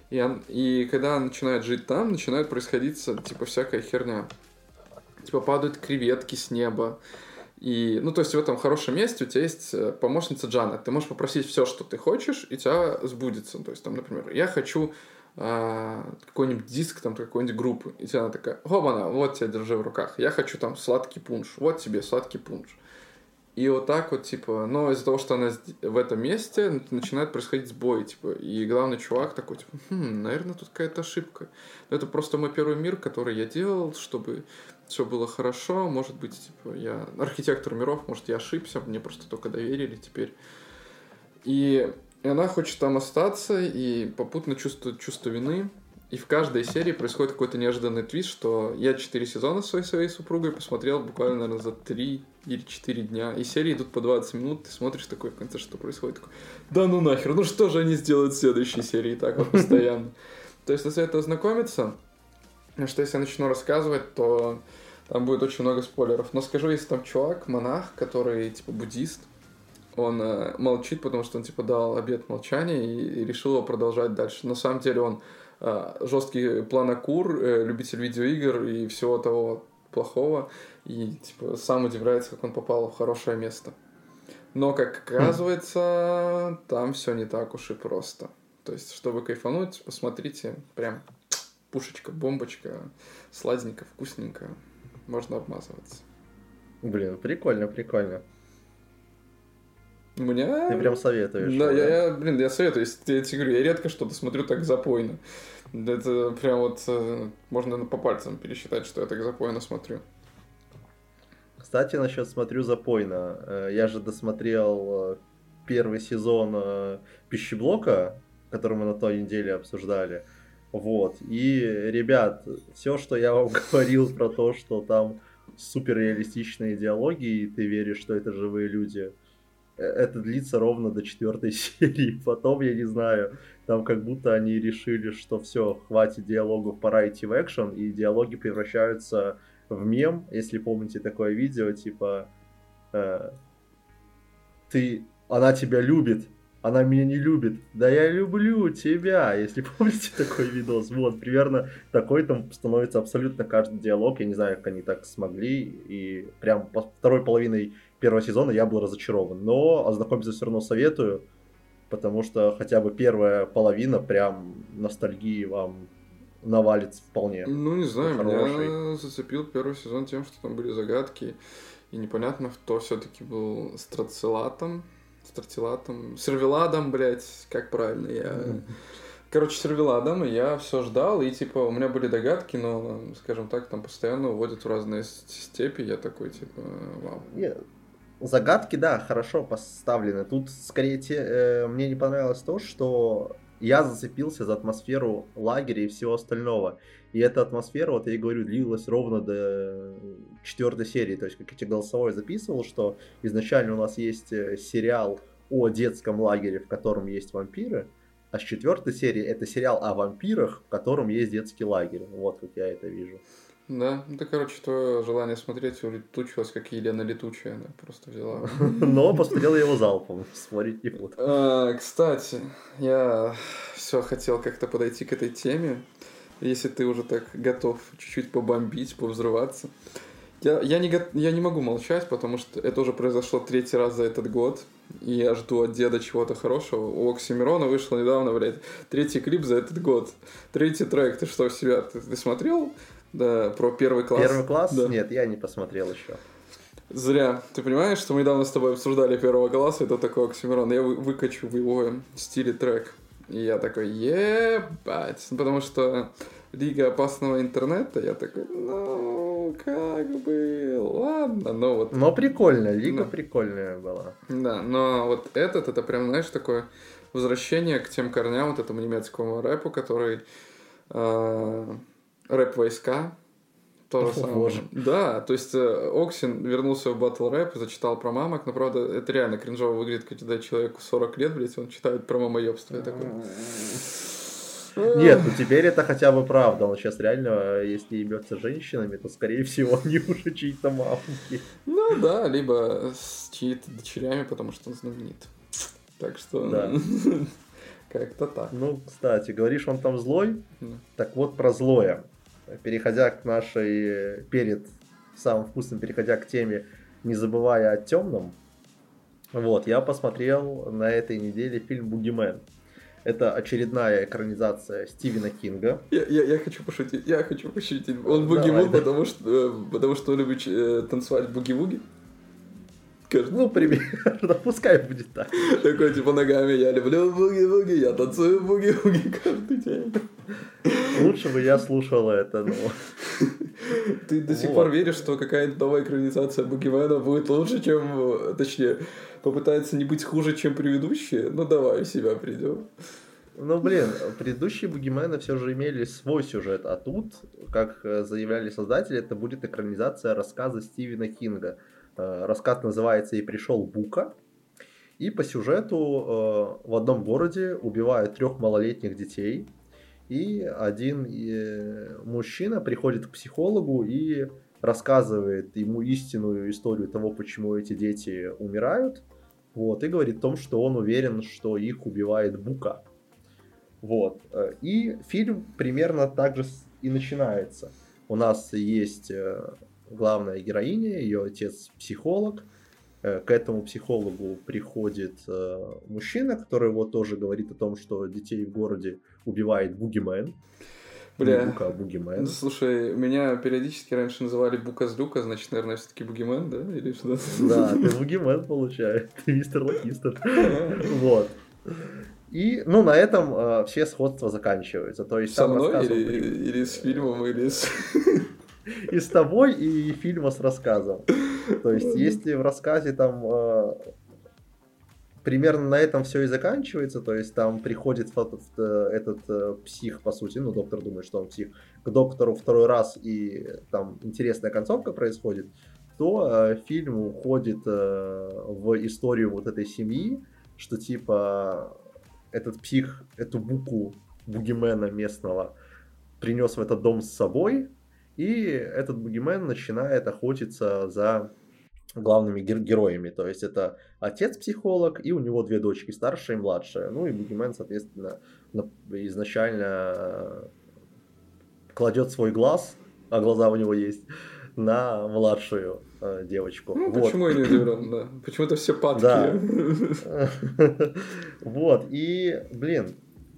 И, он, и когда она начинает жить там, начинает происходить, типа, всякая херня. Типа, падают креветки с неба. И, ну, то есть в этом хорошем месте у тебя есть помощница Джанет. Ты можешь попросить все, что ты хочешь, и у тебя сбудется. То есть, там, например, я хочу а, какой-нибудь диск там какой-нибудь группы. И тебе она такая, хобана, вот тебя, держи в руках. Я хочу там сладкий пунш. Вот тебе сладкий пунш. И вот так вот, типа, но из-за того, что она в этом месте, начинает происходить сбой, типа, и главный чувак такой, типа, хм, наверное, тут какая-то ошибка. Но это просто мой первый мир, который я делал, чтобы все было хорошо, может быть, типа, я архитектор миров, может, я ошибся, мне просто только доверили теперь. И, и она хочет там остаться, и попутно чувствует чувство вины. И в каждой серии происходит какой-то неожиданный твист, что я четыре сезона своей своей супругой посмотрел буквально, наверное, за три или четыре дня. И серии идут по двадцать минут, ты смотришь такой в конце, что происходит. Такой, да ну нахер, ну что же они сделают в следующей серии так вот постоянно. То есть, если это ознакомиться, что если я начну рассказывать, то там будет очень много спойлеров. Но скажу, если там чувак, монах, который типа буддист, он э, молчит, потому что он типа дал обет молчания и, и решил его продолжать дальше. На самом деле он жесткий планокур, любитель видеоигр и всего того плохого, и типа сам удивляется, как он попал в хорошее место. Но, как оказывается, там все не так уж и просто. То есть, чтобы кайфануть, посмотрите, прям пушечка, бомбочка, сладенько, вкусненько, можно обмазываться. Блин, прикольно, прикольно. У меня... Ты прям советуешь. Да, да? я, я, блин, я советую. Я тебе говорю, я редко что-то смотрю так запойно. Это прям вот можно по пальцам пересчитать, что я так запойно смотрю. Кстати, насчет смотрю запойно. Я же досмотрел первый сезон Пищеблока, который мы на той неделе обсуждали. Вот. И, ребят, все, что я вам говорил про то, что там суперреалистичные диалоги, и ты веришь, что это живые люди, это длится ровно до четвертой серии. Потом, я не знаю, там как будто они решили, что все, хватит диалогов, пора идти в экшен, и диалоги превращаются в мем, если помните такое видео, типа э, ты, она тебя любит, она меня не любит, да я люблю тебя, если помните такой видос. Вот, примерно такой там становится абсолютно каждый диалог. Я не знаю, как они так смогли, и прям по второй половиной первого сезона я был разочарован. Но ознакомиться все равно советую, потому что хотя бы первая половина прям ностальгии вам навалится вполне. Ну, не знаю, хороший. меня зацепил первый сезон тем, что там были загадки, и непонятно, кто все-таки был страцилатом, страцилатом, сервеладом, блять, как правильно, я... Mm-hmm. Короче, сервеладом, и я все ждал, и, типа, у меня были догадки, но, скажем так, там постоянно уводят в разные степи, я такой, типа, вау. Yeah. Загадки, да, хорошо поставлены. Тут, скорее, те, э, мне не понравилось то, что я зацепился за атмосферу лагеря и всего остального. И эта атмосфера, вот я и говорю, длилась ровно до четвертой серии. То есть, как я тебе голосовой записывал, что изначально у нас есть сериал о детском лагере, в котором есть вампиры, а с четвертой серии это сериал о вампирах, в котором есть детский лагерь. Вот как я это вижу. Да, ну, короче, твое желание смотреть улетучилось, как Елена Летучая, она просто взяла. Но посмотрел я его залпом, спорить не буду. Кстати, я все хотел как-то подойти к этой теме, если ты уже так готов чуть-чуть побомбить, повзрываться. Я, я, не, я не могу молчать, потому что это уже произошло третий раз за этот год, и я жду от деда чего-то хорошего. У Оксимирона вышел недавно, блядь, третий клип за этот год. Третий трек, ты что в себя, ты, ты смотрел? Да, про первый класс. Первый класс? Да. Нет, я не посмотрел еще. Зря. Ты понимаешь, что мы недавно с тобой обсуждали первого класса, это такой Оксимирон. Я вы, выкачу в его стиле трек. И я такой, ебать. Потому что Лига опасного интернета, я такой, ну, как бы, ладно, но вот... Но прикольно, Лига да. прикольная была. Да, но вот этот, это прям, знаешь, такое возвращение к тем корням, вот этому немецкому рэпу, который... Э- рэп-войска. То же самое. Да, то есть Оксин вернулся в батл рэп, зачитал про мамок, но правда это реально кринжово выглядит, когда человеку сорок лет, блядь, он читает про мамоёбство. Я такой... Нет, ну теперь это хотя бы правда. Он сейчас реально, если ебется с женщинами, то скорее всего они уже чьи-то мамки. Ну да, либо с чьими-то дочерями, потому что он знаменит. Так что... Да. Как-то так. Ну, кстати, говоришь, он там злой? Да. Так вот, про злое. Переходя к нашей, перед самым вкусным, переходя к теме, не забывая о темном, вот, я посмотрел на этой неделе фильм «Бугимен». Это очередная экранизация Стивена Кинга. Я, я, я хочу пошутить, я хочу пошутить. Он бугивуд, потому что, потому что он любит э, танцевать буги-вуги. Кажется. Ну, примерно, пускай будет так. Такой, типа, ногами, я люблю буги-вуги, я танцую буги-вуги каждый день. Лучше бы я слушал это, но... Ты до сих вот. пор веришь, что какая-нибудь новая экранизация Бугимена будет лучше, чем... Точнее, попытается не быть хуже, чем предыдущие? Ну, давай, в себя придем. Ну, блин, предыдущие Бугимены все же имели свой сюжет, а тут, как заявляли создатели, это будет экранизация рассказа Стивена Кинга. Рассказ называется «И пришел Бука». И по сюжету в одном городе убивают трех малолетних детей. И один мужчина приходит к психологу и рассказывает ему истинную историю того, почему эти дети умирают. Вот, и говорит о том, что он уверен, что их убивает Бука. Вот. И фильм примерно так же и начинается. У нас есть главная героиня, ее отец психолог. К этому психологу приходит мужчина, который вот тоже говорит о том, что детей в городе убивает Бугимен. Бля, не Бука, а Бугимен. Слушай, меня периодически раньше называли Бука-злюка, значит, наверное, все-таки Бугимен, да? Или что? Да, ты Бугимен, получается. Ты мистер Лакистер. Вот. И, ну, на этом э, все сходства заканчиваются. То есть, со там мной рассказывал... или, или с фильмом, или с... И с тобой, и фильма с рассказом. То есть, если в рассказе там... Э, примерно на этом все и заканчивается, то есть там приходит этот, этот э, псих, по сути, ну, доктор думает, что он псих, к доктору второй раз, и там интересная концовка происходит, то э, фильм уходит э, в историю вот этой семьи, что типа этот псих, эту буку бугимена местного принес в этот дом с собой, и этот бугимен начинает охотиться за главными гер- героями. То есть это отец-психолог, и у него две дочки, старшая и младшая. Ну и бугимен, соответственно, изначально кладет свой глаз, а глаза у него есть, на младшую э, девочку. Ну, вот. почему я не удивлен, да. Почему-то все падки. Да. Вот, и, блин,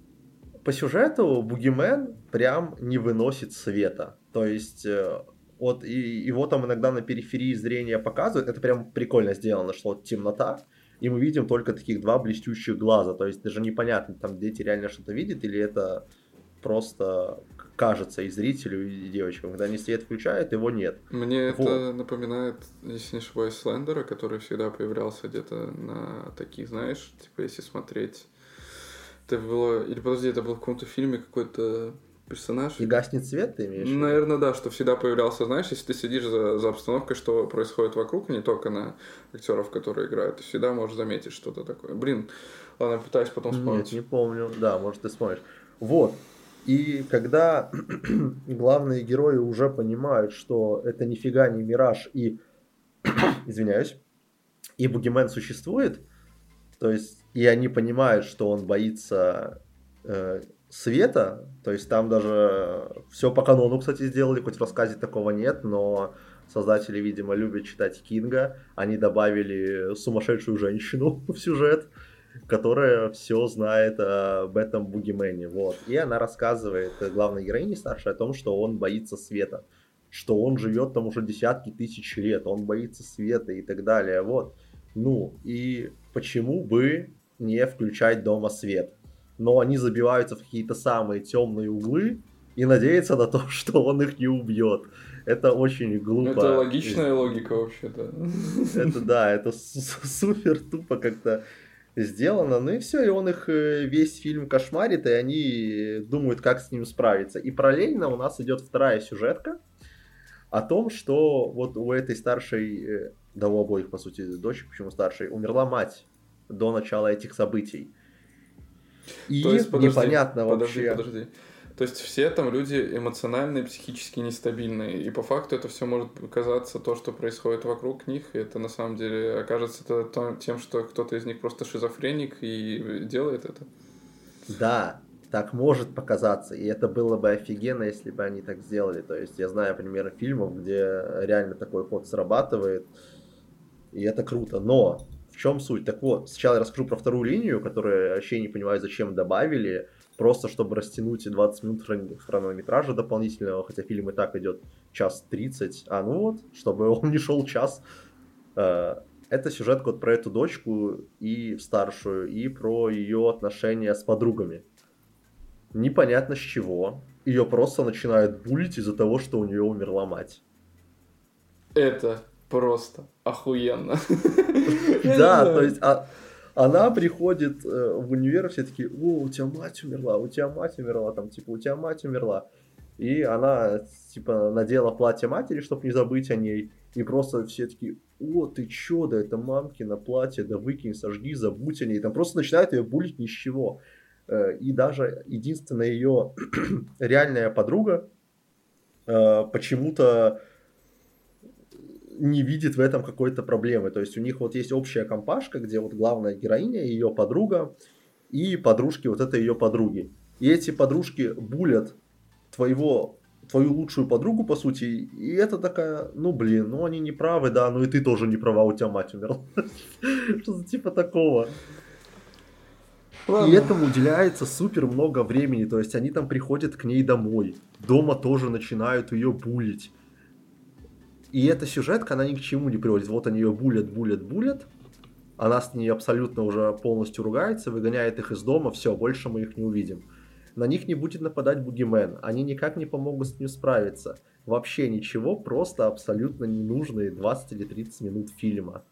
по сюжету Бугимен прям не выносит света. То есть, вот и его там иногда на периферии зрения показывают, это прям прикольно сделано, что вот темнота, и мы видим только таких два блестящих глаза. То есть даже непонятно, там дети реально что-то видят, или это просто кажется и зрителю, и девочкам. Когда они свет включают, его нет. Мне вот. это напоминает, если не ошибаюсь, Слендера, который всегда появлялся где-то на таких, знаешь, типа если смотреть... Это было... Или подожди, это был в каком-то фильме какой-то персонаж. И гаснет свет, ты имеешь в виду? Наверное, да, что всегда появлялся, знаешь, если ты следишь за, за обстановкой, что происходит вокруг, не только на актеров, которые играют, ты всегда можешь заметить что-то такое. Блин, ладно, пытаюсь потом вспомнить. Нет, не помню. Да, может, ты смотришь. Вот. И когда главные герои уже понимают, что это нифига не мираж, и, извиняюсь, и Бугимен существует, то есть, и они понимают, что он боится э, света, то есть там даже все по канону, кстати, сделали, хоть в рассказе такого нет, но создатели, видимо, любят читать Кинга, они добавили сумасшедшую женщину в сюжет, которая все знает об этом Бугимене, вот, и она рассказывает главной героине старшей о том, что он боится света, что он живет там уже десятки тысяч лет, он боится света и так далее, вот. Ну, и почему бы не включать дома свет? Но они забиваются в какие-то самые темные углы и надеются на то, что он их не убьет. Это очень глупо. Это логичная логика вообще-то. Это да, это супер тупо как-то сделано. Ну и все, и он их весь фильм кошмарит, и они думают, как с ним справиться. И параллельно у нас идет вторая сюжетка о том, что вот у этой старшей, да у обоих, по сути, дочек, почему старшей, умерла мать до начала этих событий. И То есть, подожди, непонятно подожди, вообще... Подожди, То есть все там люди эмоциональные, психически нестабильные. И по факту это все может казаться то, что происходит вокруг них. И это на самом деле окажется это тем, что кто-то из них просто шизофреник и делает это. Да, так может показаться, и это было бы офигенно, если бы они так сделали. То есть я знаю примеры фильмов, где реально такой ход срабатывает, и это круто. Но в чем суть? Так вот, сначала я расскажу про вторую линию, которую я вообще не понимаю, зачем добавили, просто чтобы растянуть двадцать минут хрон- хронометража дополнительного, хотя фильм и так идет час тридцать, а ну вот, чтобы он не шел час. Э, Это сюжет вот про эту дочку и старшую, и про ее отношения с подругами. Непонятно с чего. Ее просто начинают булить из-за того, что у нее умерла мать. Это просто охуенно. Я не Да, то знаю. есть а, она приходит э, в универ, все такие: о, у тебя мать умерла, у тебя мать умерла, там, типа, у тебя мать умерла. И она, типа, надела платье матери, чтобы не забыть о ней. И просто все такие: о, ты чё, да это мамкино платье, да выкинь, сожги, забудь о ней. Там просто начинают ее булить ни с чего. Э, И даже единственная ее реальная подруга э, почему-то не видит в этом какой-то проблемы. То есть у них вот есть общая компашка, где вот главная героиня, ее подруга и подружки вот этой ее подруги. И эти подружки булят твоего твою лучшую подругу, по сути, и это такая: ну, блин, ну, они не правы, да, ну, и ты тоже не права, у тебя мать умерла. Что-то типа такого. И Ладно. этому уделяется супер много времени, то есть они там приходят к ней домой, дома тоже начинают ее булить. И эта сюжетка, она ни к чему не приводит. Вот они ее булят, булят, булят. Она с ней абсолютно уже полностью ругается, выгоняет их из дома, все, больше мы их не увидим. На них не будет нападать бугимен, они никак не помогут с ним справиться. Вообще ничего, просто абсолютно ненужные двадцать или тридцать минут фильма.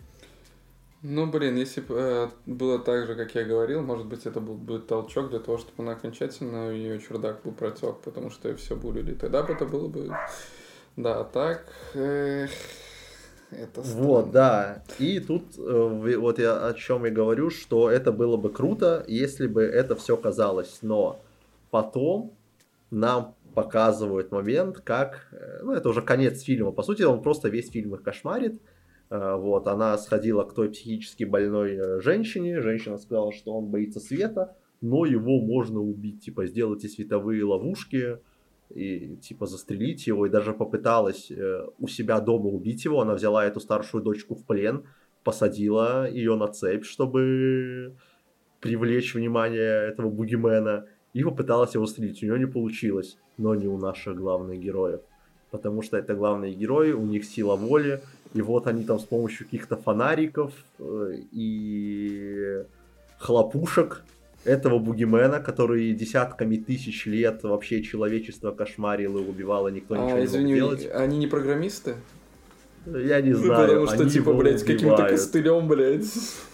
Ну, блин, если бы э, было так же, как я говорил, может быть, это был бы толчок для того, чтобы она окончательно, ее чердак был протек, потому что ее все булили. Тогда бы это было бы... Да, а так... эх, это Вот, странно. да. И тут э, в- вот я о чем и говорю, что это было бы круто, если бы это все казалось. Но потом нам показывают момент, как... э, Ну, это уже конец фильма. По сути, он просто весь фильм их кошмарит. Э, Вот, она сходила к той психически больной э, женщине. Женщина сказала, что он боится света, но его можно убить. Типа, сделайте световые ловушки и, типа, застрелить его. И даже попыталась э, у себя дома убить его. Она взяла эту старшую дочку в плен, посадила ее на цепь, чтобы привлечь внимание этого бугимена, и попыталась его застрелить. У нее не получилось, но не у наших главных героев. Потому что это главные герои, у них сила воли, и вот они там с помощью каких-то фонариков э, и хлопушек этого бугимена, который десятками тысяч лет вообще человечество кошмарило и убивало, никто ничего А, не мог извини, сделать. они не программисты? Я не Ну, потому знаю, что, они типа, его блядь, с каким-то убивают. костылем, блядь.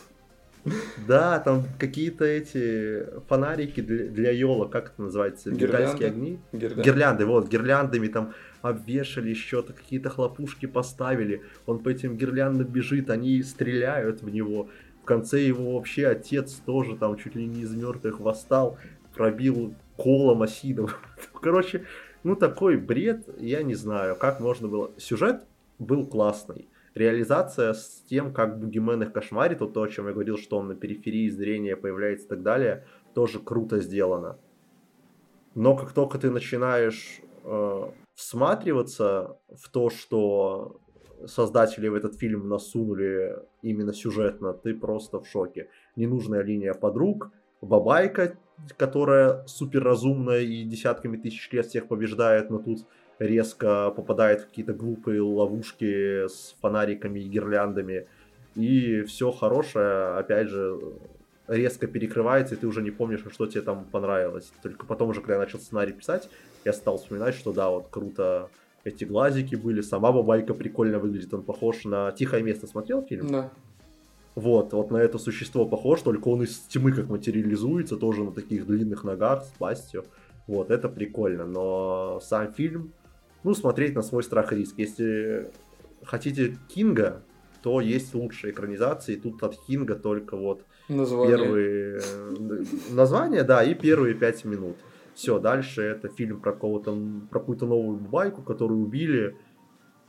Да, там какие-то эти фонарики для, для елок, как это называется, бенгальские Гирлянда? огни? Гирлянда. Гирлянды, вот, гирляндами там обвешали что-то, какие-то хлопушки поставили. Он по этим гирляндам бежит, они стреляют в него. В конце его вообще отец тоже там чуть ли не из мертвых восстал, пробил колом осиновым. Короче, ну такой бред, я не знаю, как можно было. Сюжет был классный. Реализация с тем, как бугимен их кошмарит, вот то, о чем я говорил, что он на периферии зрения появляется и так далее, тоже круто сделано. Но как только ты начинаешь э, всматриваться в то, что создатели в этот фильм насунули именно сюжетно, ты просто в шоке. Ненужная линия подруг, бабайка, которая супер разумная и десятками тысяч лет всех побеждает, но тут резко попадает в какие-то глупые ловушки с фонариками и гирляндами. И все хорошее, опять же, резко перекрывается, и ты уже не помнишь, что тебе там понравилось. Только потом уже, когда я начал сценарий писать, я стал вспоминать, что да, вот круто эти глазики были, сама бабайка прикольно выглядит, он похож на «Тихое место». Смотрел фильм? Да. Вот, вот на это существо похож, только он из тьмы как материализуется, тоже на таких длинных ногах, с пастью. Вот, это прикольно, но сам фильм, ну, смотреть на свой страх и риск. Если хотите Кинга, то есть лучшие экранизации, тут от Кинга только вот Название. первые э, названия, да, и первые пять минут. Все, дальше это фильм про, кого-то, про какую-то новую байку, которую убили.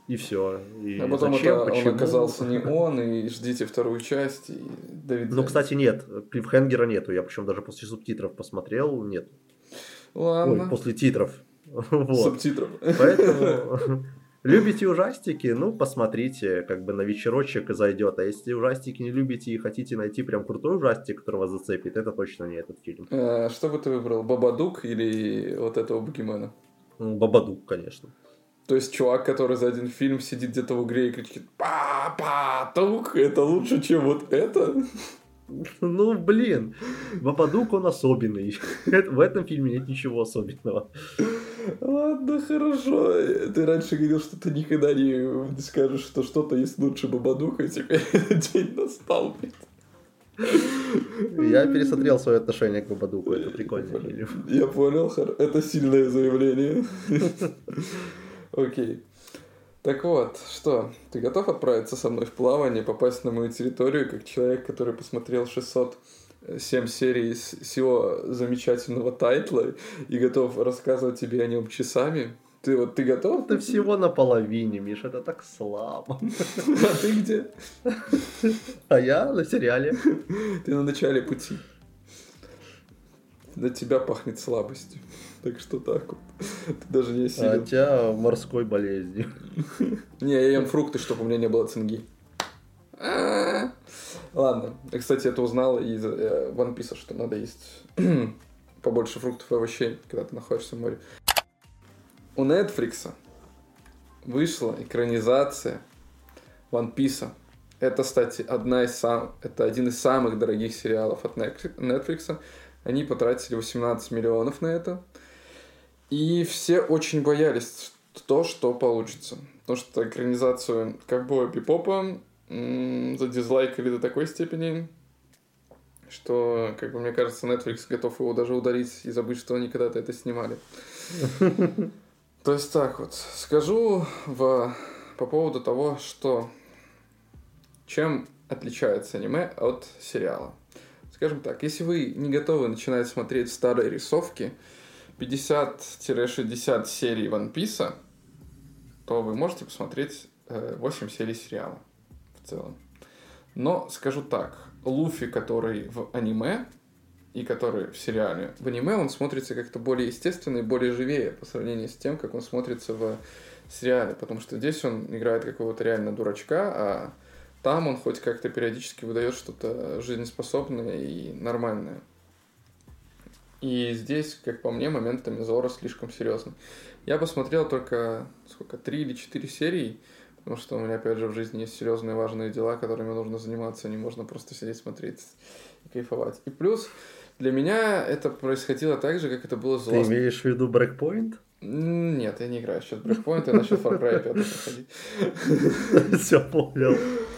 И все. И а потом зачем, это почему? он оказался не он, и ждите вторую часть, и Дэвид Ну, Зайцев. кстати, нет, клиффхенгера нету. Я причем даже после субтитров посмотрел, нет. Ладно. Ой, после титров. Вот. Субтитров. Поэтому любите ужастики, ну, посмотрите, как бы на вечерочек и зайдет. А если ужастики не любите и хотите найти прям крутой ужастик, который вас зацепит, это точно не этот фильм. А, что бы ты выбрал, Бабадук или вот этого Бугимена? Бабадук, конечно. То есть чувак, который за один фильм сидит где-то в игре и кричит «Папа-тук», это лучше, чем вот это? Ну, блин, Бабадук, он особенный. В этом фильме нет ничего особенного. Ладно, хорошо. Ты раньше говорил, что ты никогда не, не скажешь, что что-то есть лучше Бабадука, и теперь день настал, блин. Я пересмотрел свое отношение к Бабадуку, это прикольный фильм. Я понял, это сильное заявление. Окей. Так вот, что, ты готов отправиться со мной в плавание, попасть на мою территорию, как человек, который посмотрел шестьсот семь серий всего замечательного тайтла и готов рассказывать тебе о нем часами? Ты вот, ты готов? Ты всего наполовине, Миш, это так слабо. А ты где? А я на сериале. Ты на начале пути. От тебя пахнет слабостью. Так что так вот. Ты даже не осилил. А у тебя морской болезнью. Не, я ем фрукты, чтобы у меня не было цинги. Ладно. Я, кстати, это узнал из One Piece, что надо есть побольше фруктов и овощей, когда ты находишься в море. У Netflix вышла экранизация One Piece. Это, кстати, одна из сам... это один из самых дорогих сериалов от Netflix. Они потратили восемнадцать миллионов на это. И все очень боялись то, что получится. Потому что экранизацию Ковбоя Бибопа м- задизлайкали до такой степени, что, как бы, мне кажется, Netflix готов его даже удалить и забыть, что они когда-то это снимали. То есть так вот. Скажу в... по поводу того, что... чем отличается аниме от сериала. Скажем так, если вы не готовы начинать смотреть старые рисовки, пятьдесят-шестьдесят серий One Piece, то вы можете посмотреть восемь серий сериала в целом. Но скажу так, Луфи, который в аниме и который в сериале, в аниме он смотрится как-то более естественно и более живее по сравнению с тем, как он смотрится в сериале, потому что здесь он играет какого-то реально дурачка, а там он хоть как-то периодически выдает что-то жизнеспособное и нормальное. И здесь, как по мне, моментами Зора слишком серьезный. Я посмотрел только, сколько, три или четыре серии, потому что у меня, опять же, в жизни есть серьезные важные дела, которыми нужно заниматься, не можно просто сидеть, смотреть и кайфовать. И плюс, для меня это происходило так же, как это было с Lost. Ты имеешь в виду Breakpoint? Нет, я не играю в счет Breakpoint, я начал Far Cry пять проходить. Все понял.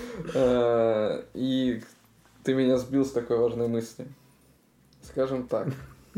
И ты меня сбил с такой важной мысли. Скажем так.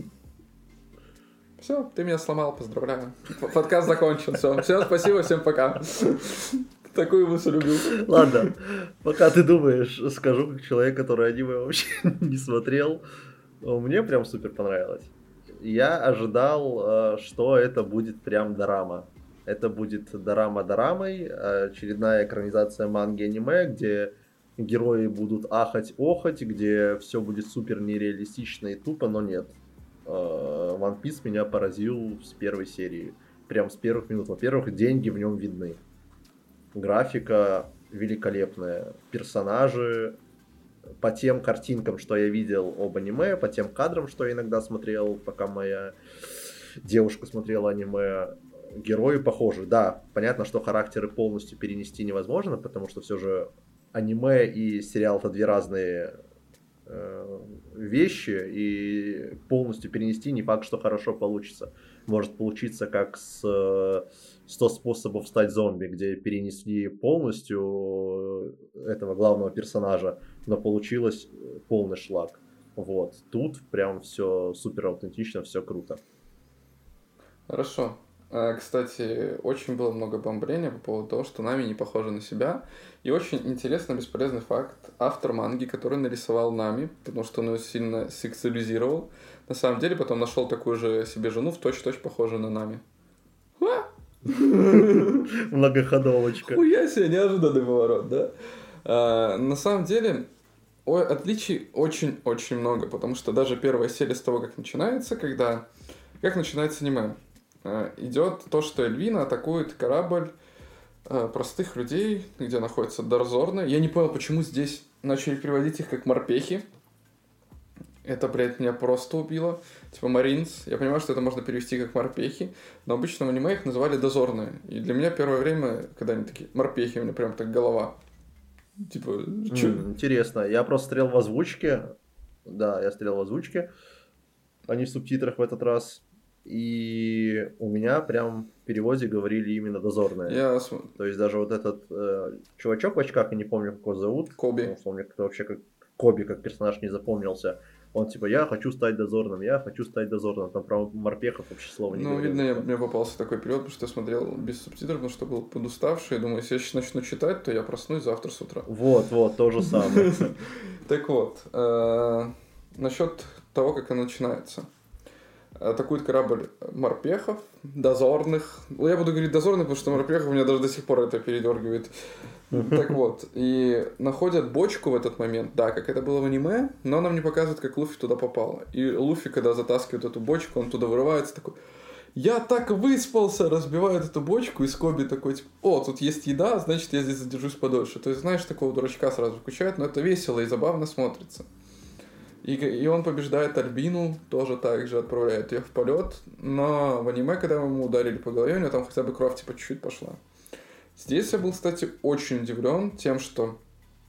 Все, ты меня сломал, поздравляю. Подкаст закончен, все. Всем спасибо, всем пока. Такую мысль убил. Ладно, пока ты думаешь, скажу, как человек, который аниме вообще не смотрел. Мне прям супер понравилось. Я ожидал, что это будет прям дорама. Это будет дорама дорамой, очередная экранизация манги аниме, где герои будут ахать-охать, где все будет супер нереалистично и тупо, но нет. One Piece меня поразил с первой серии. Прям с первых минут. Во-первых, деньги в нем видны. Графика великолепная. Персонажи по тем картинкам, что я видел об аниме, по тем кадрам, что я иногда смотрел, пока моя девушка смотрела аниме, герои похожи. Да, понятно, что характеры полностью перенести невозможно, потому что все же аниме и сериал — это две разные э, вещи, и полностью перенести не факт, что хорошо получится. Может получиться как с сто способов стать зомби, где перенесли полностью этого главного персонажа, но получилось полный шлак. Вот. Тут прям все супер аутентично, все круто. Хорошо. Кстати, очень было много бомбления по поводу того, что Нами не похожа на себя. И очень интересный, бесполезный факт. Автор манги, который нарисовал Нами, потому что он ее сильно сексуализировал, на самом деле потом нашел такую же себе жену, в точь-в-точь похожую на Нами. Многоходовочка. Хуя себе, неожиданный поворот, да? А, на самом деле, о- отличий очень-очень много, потому что даже первая серия с того, как начинается, когда... Как начинается аниме? А, идет то, что Эльвина атакует корабль а, простых людей, где находятся дозорные. Я не понял, почему здесь начали переводить их как морпехи. Это, блядь, меня просто убило. Типа Маринс. Я понимаю, что это можно перевести как морпехи, но обычно в аниме их называли дозорные. И для меня первое время, когда они такие морпехи, у меня прям так голова. Типа, чё? М, Интересно. Я просто смотрел в озвучке. Да, я смотрел в озвучке, а не в субтитрах в этот раз. И у меня прям в переводе говорили именно дозорные. Я см- То есть даже вот этот э, чувачок в очках, я не помню, как его зовут. Коби. Потому что он мне как-то вообще как Коби, как персонаж не запомнился. Он типа, я хочу стать дозорным, я хочу стать дозорным. Там про морпехов вообще слова не Ну, говорил. видно, я, мне попался такой период, потому что я смотрел без субтитров, потому что был подуставший. Я думаю, если я сейчас начну читать, то я проснусь завтра с утра. Вот, вот, то же самое. Так вот, э, насчет того, как она начинается. Атакует корабль морпехов, дозорных. Ну, я буду говорить дозорных, потому что морпехов меня даже до сих пор это передергивает. Так вот, и находят бочку в этот момент, да, как это было в аниме, но нам не показывают, как Луфи туда попало. И Луфи, когда затаскивает эту бочку, он туда вырывается такой: я так выспался, разбивает эту бочку, и Скоби такой, типа, о, тут есть еда, значит, я здесь задержусь подольше. То есть, знаешь, такого дурачка сразу включают, но это весело и забавно смотрится. И, и он побеждает Альбину, тоже так же отправляет ее в полет, но в аниме, когда ему ударили по голове, у него там хотя бы кровь типа чуть-чуть пошла. Здесь я был, кстати, очень удивлен тем, что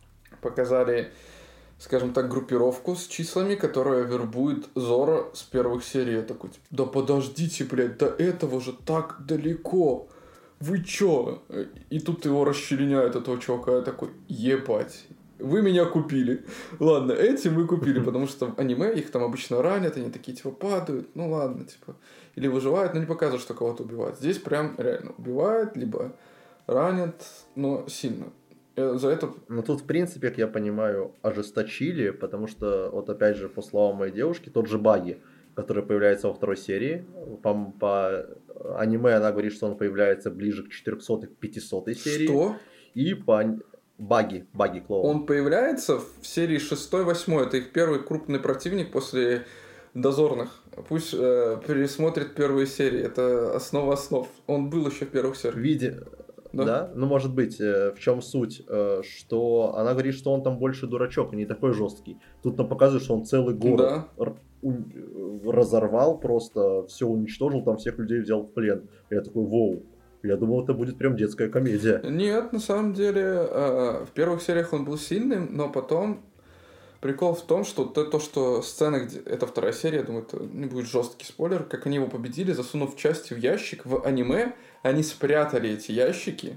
показали, скажем так, группировку с числами, которая вербует Зора с первых серий. Я такой, типа, да подождите, блядь, до этого же так далеко. Вы чё? И тут его расчленяют, этого чувака. Я такой, ебать. Вы меня купили. Ладно, этим вы купили, потому что в аниме их там обычно ранят, они такие, типа, падают. Ну ладно, типа. Или выживают, но не показывают, что кого-то убивают. Здесь прям реально убивают, либо ранят, но сильно. За это... Ну тут, в принципе, как я понимаю, ожесточили, потому что, вот опять же, по словам моей девушки, тот же Баги, который появляется во второй серии, по, по аниме она говорит, что он появляется ближе к четырехсотой, к пятисотой серии. Что? И по Баги, Баги клоун. Он появляется в серии шестой-восьмой. Это их первый крупный противник после дозорных. Пусть э, пересмотрит первые серии. Это основа основ. Он был еще в первых сериях. Виде... Да? да? Ну, может быть, э, в чем суть? Э, что она говорит, что он там больше дурачок, не такой жесткий. Тут нам показывают, что он целый город Да. р- у- разорвал просто, все уничтожил, там всех людей взял в плен. Я такой, воу. Я думал, это будет прям детская комедия. Нет, на самом деле, э, в первых сериях он был сильным, но потом прикол в том, что то, то что сцена, где... это вторая серия, я думаю, это не будет жесткий спойлер, как они его победили, засунув части в ящик. В аниме они спрятали эти ящики,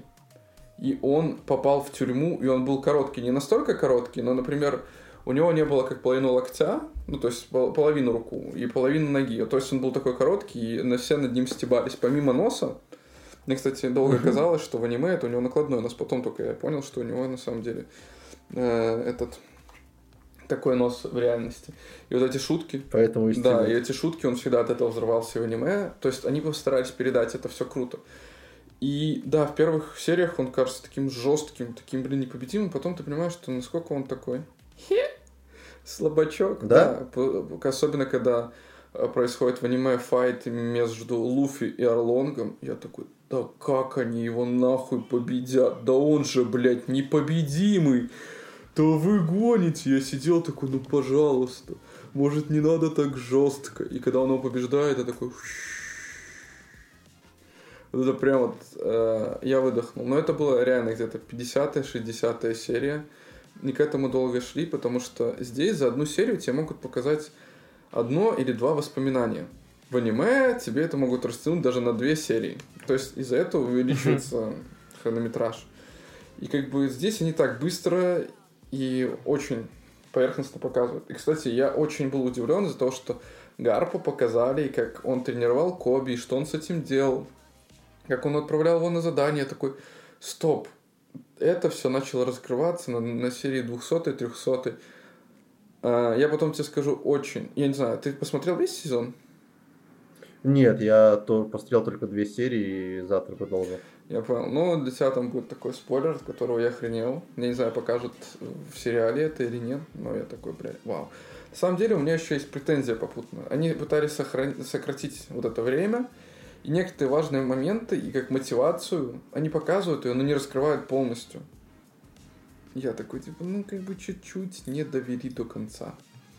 и он попал в тюрьму, и он был короткий, не настолько короткий, но, например, у него не было как половину локтя, ну, то есть половину руку и половину ноги, то есть он был такой короткий, и все над ним стебались, помимо носа. Мне, кстати, долго казалось, что в аниме это у него накладной нос, потом только я понял, что у него на самом деле э, этот такой нос в реальности. И вот эти шутки, Поэтому и да, стебут. и эти шутки, он всегда от этого взрывался в аниме, то есть они постарались передать это все круто. И да, в первых сериях он кажется таким жестким, таким, блин, непобедимым, потом ты понимаешь, что насколько он такой слабачок, Да? да, особенно когда происходит в аниме файт между Луфи и Орлонгом, я такой, да как они его нахуй победят, да он же, блядь, непобедимый, да вы гоните, я сидел такой, ну пожалуйста, может не надо так жестко, и когда он его побеждает, я такой, вот это прям вот, э, я выдохнул, но это было реально где-то пятидесятая, шестидесятая серия, и к этому долго шли, потому что здесь за одну серию тебе могут показать одно или два воспоминания. В аниме тебе это могут растянуть даже на две серии. То есть из-за этого увеличивается хронометраж. И как бы здесь они так быстро и очень поверхностно показывают. И, кстати, я очень был удивлен из-за того, что Гарпа показали, как он тренировал Коби, и что он с этим делал. Как он отправлял его на задание. Такой, стоп. Это все начало раскрываться на, на серии двухсотой, трехсотой. Я потом тебе скажу очень... Я не знаю, ты посмотрел весь сезон? Нет, я то, посмотрел только две серии и завтра продолжу. Я понял. Ну, для тебя там будет такой спойлер, от которого я охренел. Я не знаю, покажут в сериале это или нет, но я такой, блядь, вау. На самом деле у меня еще есть претензия попутно. Они пытались сохран... сократить вот это время, и некоторые важные моменты, и как мотивацию, они показывают ее, но не раскрывают полностью. Я такой, типа, ну, как бы чуть-чуть не довели до конца.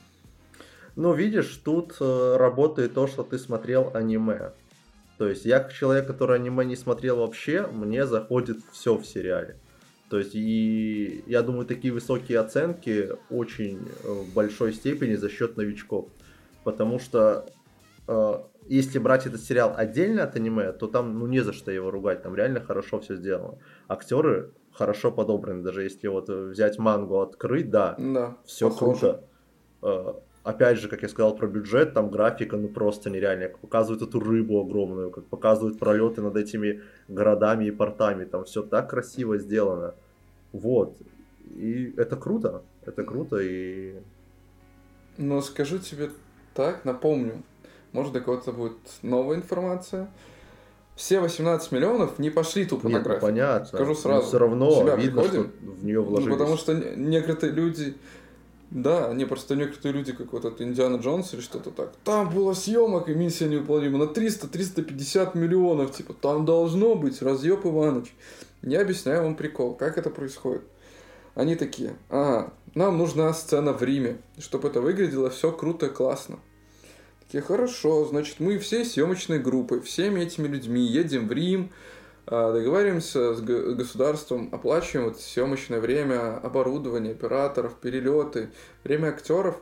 Ну, видишь, тут э, работает то, что ты смотрел аниме. То есть я как человек, который аниме не смотрел вообще, мне заходит все в сериале. То есть и я думаю, такие высокие оценки очень э, в большой степени за счет новичков. Потому что э, если брать этот сериал отдельно от аниме, то там ну не за что его ругать, там реально хорошо все сделано. Актеры хорошо подобраны, даже если вот взять мангу открыть, да, Да, все похоже. круто. Э, Опять же, как я сказал про бюджет, там графика ну просто нереальная. Как показывают эту рыбу огромную, как показывают пролеты над этими городами и портами. Там все так красиво сделано. Вот. И это круто. Это круто и... Но скажу тебе так, напомню, может, до кого-то будет новая информация. Все восемнадцать миллионов не пошли тупо на Нет, ну графику. понятно. Скажу Но сразу. все В равно себя видно, приходим. что в нее Ну, вложились. потому что не- некоторые люди... Да, не, просто некоторые люди, как вот это Индиана Джонс или что-то так. Там было съемок и миссия невыполнима на триста триста пятьдесят миллионов. Типа, там должно быть, разъеб Иваныч. Я объясняю вам прикол, как это происходит. Они такие, ага, нам нужна сцена в Риме, чтобы это выглядело все круто и классно. Такие, хорошо, значит, мы всей съемочной группой, всеми этими людьми едем в Рим, а, договариваемся с г- государством, оплачиваем вот съемочное время, оборудование, операторов, перелеты, время актеров.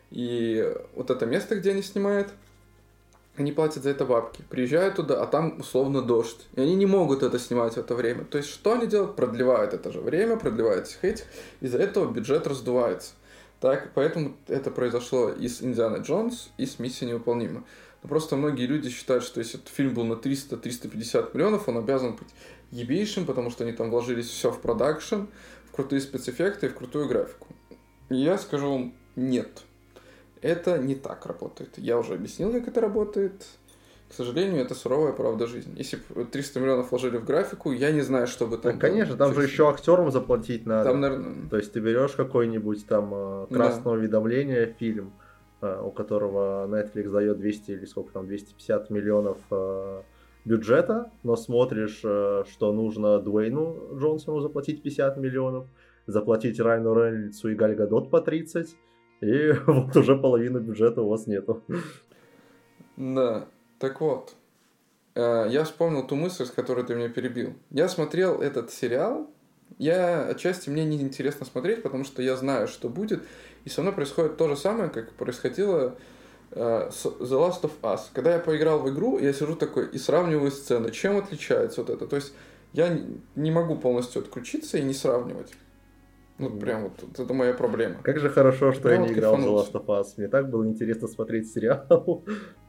И вот это место, где они снимают, они платят за это бабки. Приезжают туда, а там условно дождь. И они не могут это снимать в это время. То есть, что они делают? Продлевают это же время, продлевают всех этих. Из-за этого бюджет раздувается. Так, поэтому это произошло и с Индиана Джонс, и с Миссией невыполнима. Но просто многие люди считают, что если этот фильм был на триста триста пятьдесят миллионов, он обязан быть ебейшим, потому что они там вложились все в продакшн, в крутые спецэффекты и в крутую графику. И я скажу вам, нет. Это не так работает. Я уже объяснил, как это работает. К сожалению, это суровая правда жизни. Если бы триста миллионов вложили в графику, я не знаю, что бы там Так, было. конечно, там же Чуть-чуть. еще актерам заплатить надо. Там, наверное... То есть ты берешь какой-нибудь там э, красное Да. уведомление фильм, э, у которого Netflix дает двести или сколько там, двести пятьдесят миллионов э, бюджета, но смотришь, э, что нужно Дуэйну Джонсону заплатить пятьдесят миллионов, заплатить Райану Рейнольдсу и Галь Гадот по тридцать, и вот уже половины бюджета у вас нету. Да. Так вот. э, Я вспомнил ту мысль, с которой ты меня перебил. Я смотрел этот сериал. Я отчасти мне не интересно смотреть, потому что я знаю, что будет. И со мной происходит то же самое, как происходило э, с The Last of Us. Когда я поиграл в игру, я сижу такой и сравниваю сцены. Чем отличается вот это? То есть я не- не могу полностью отключиться и не сравнивать. Ну, Мгм. прям вот вот это моя проблема. Как же хорошо, что я Прям не вот играл в The кайфануть. Last of Us. Мне так было интересно смотреть сериал.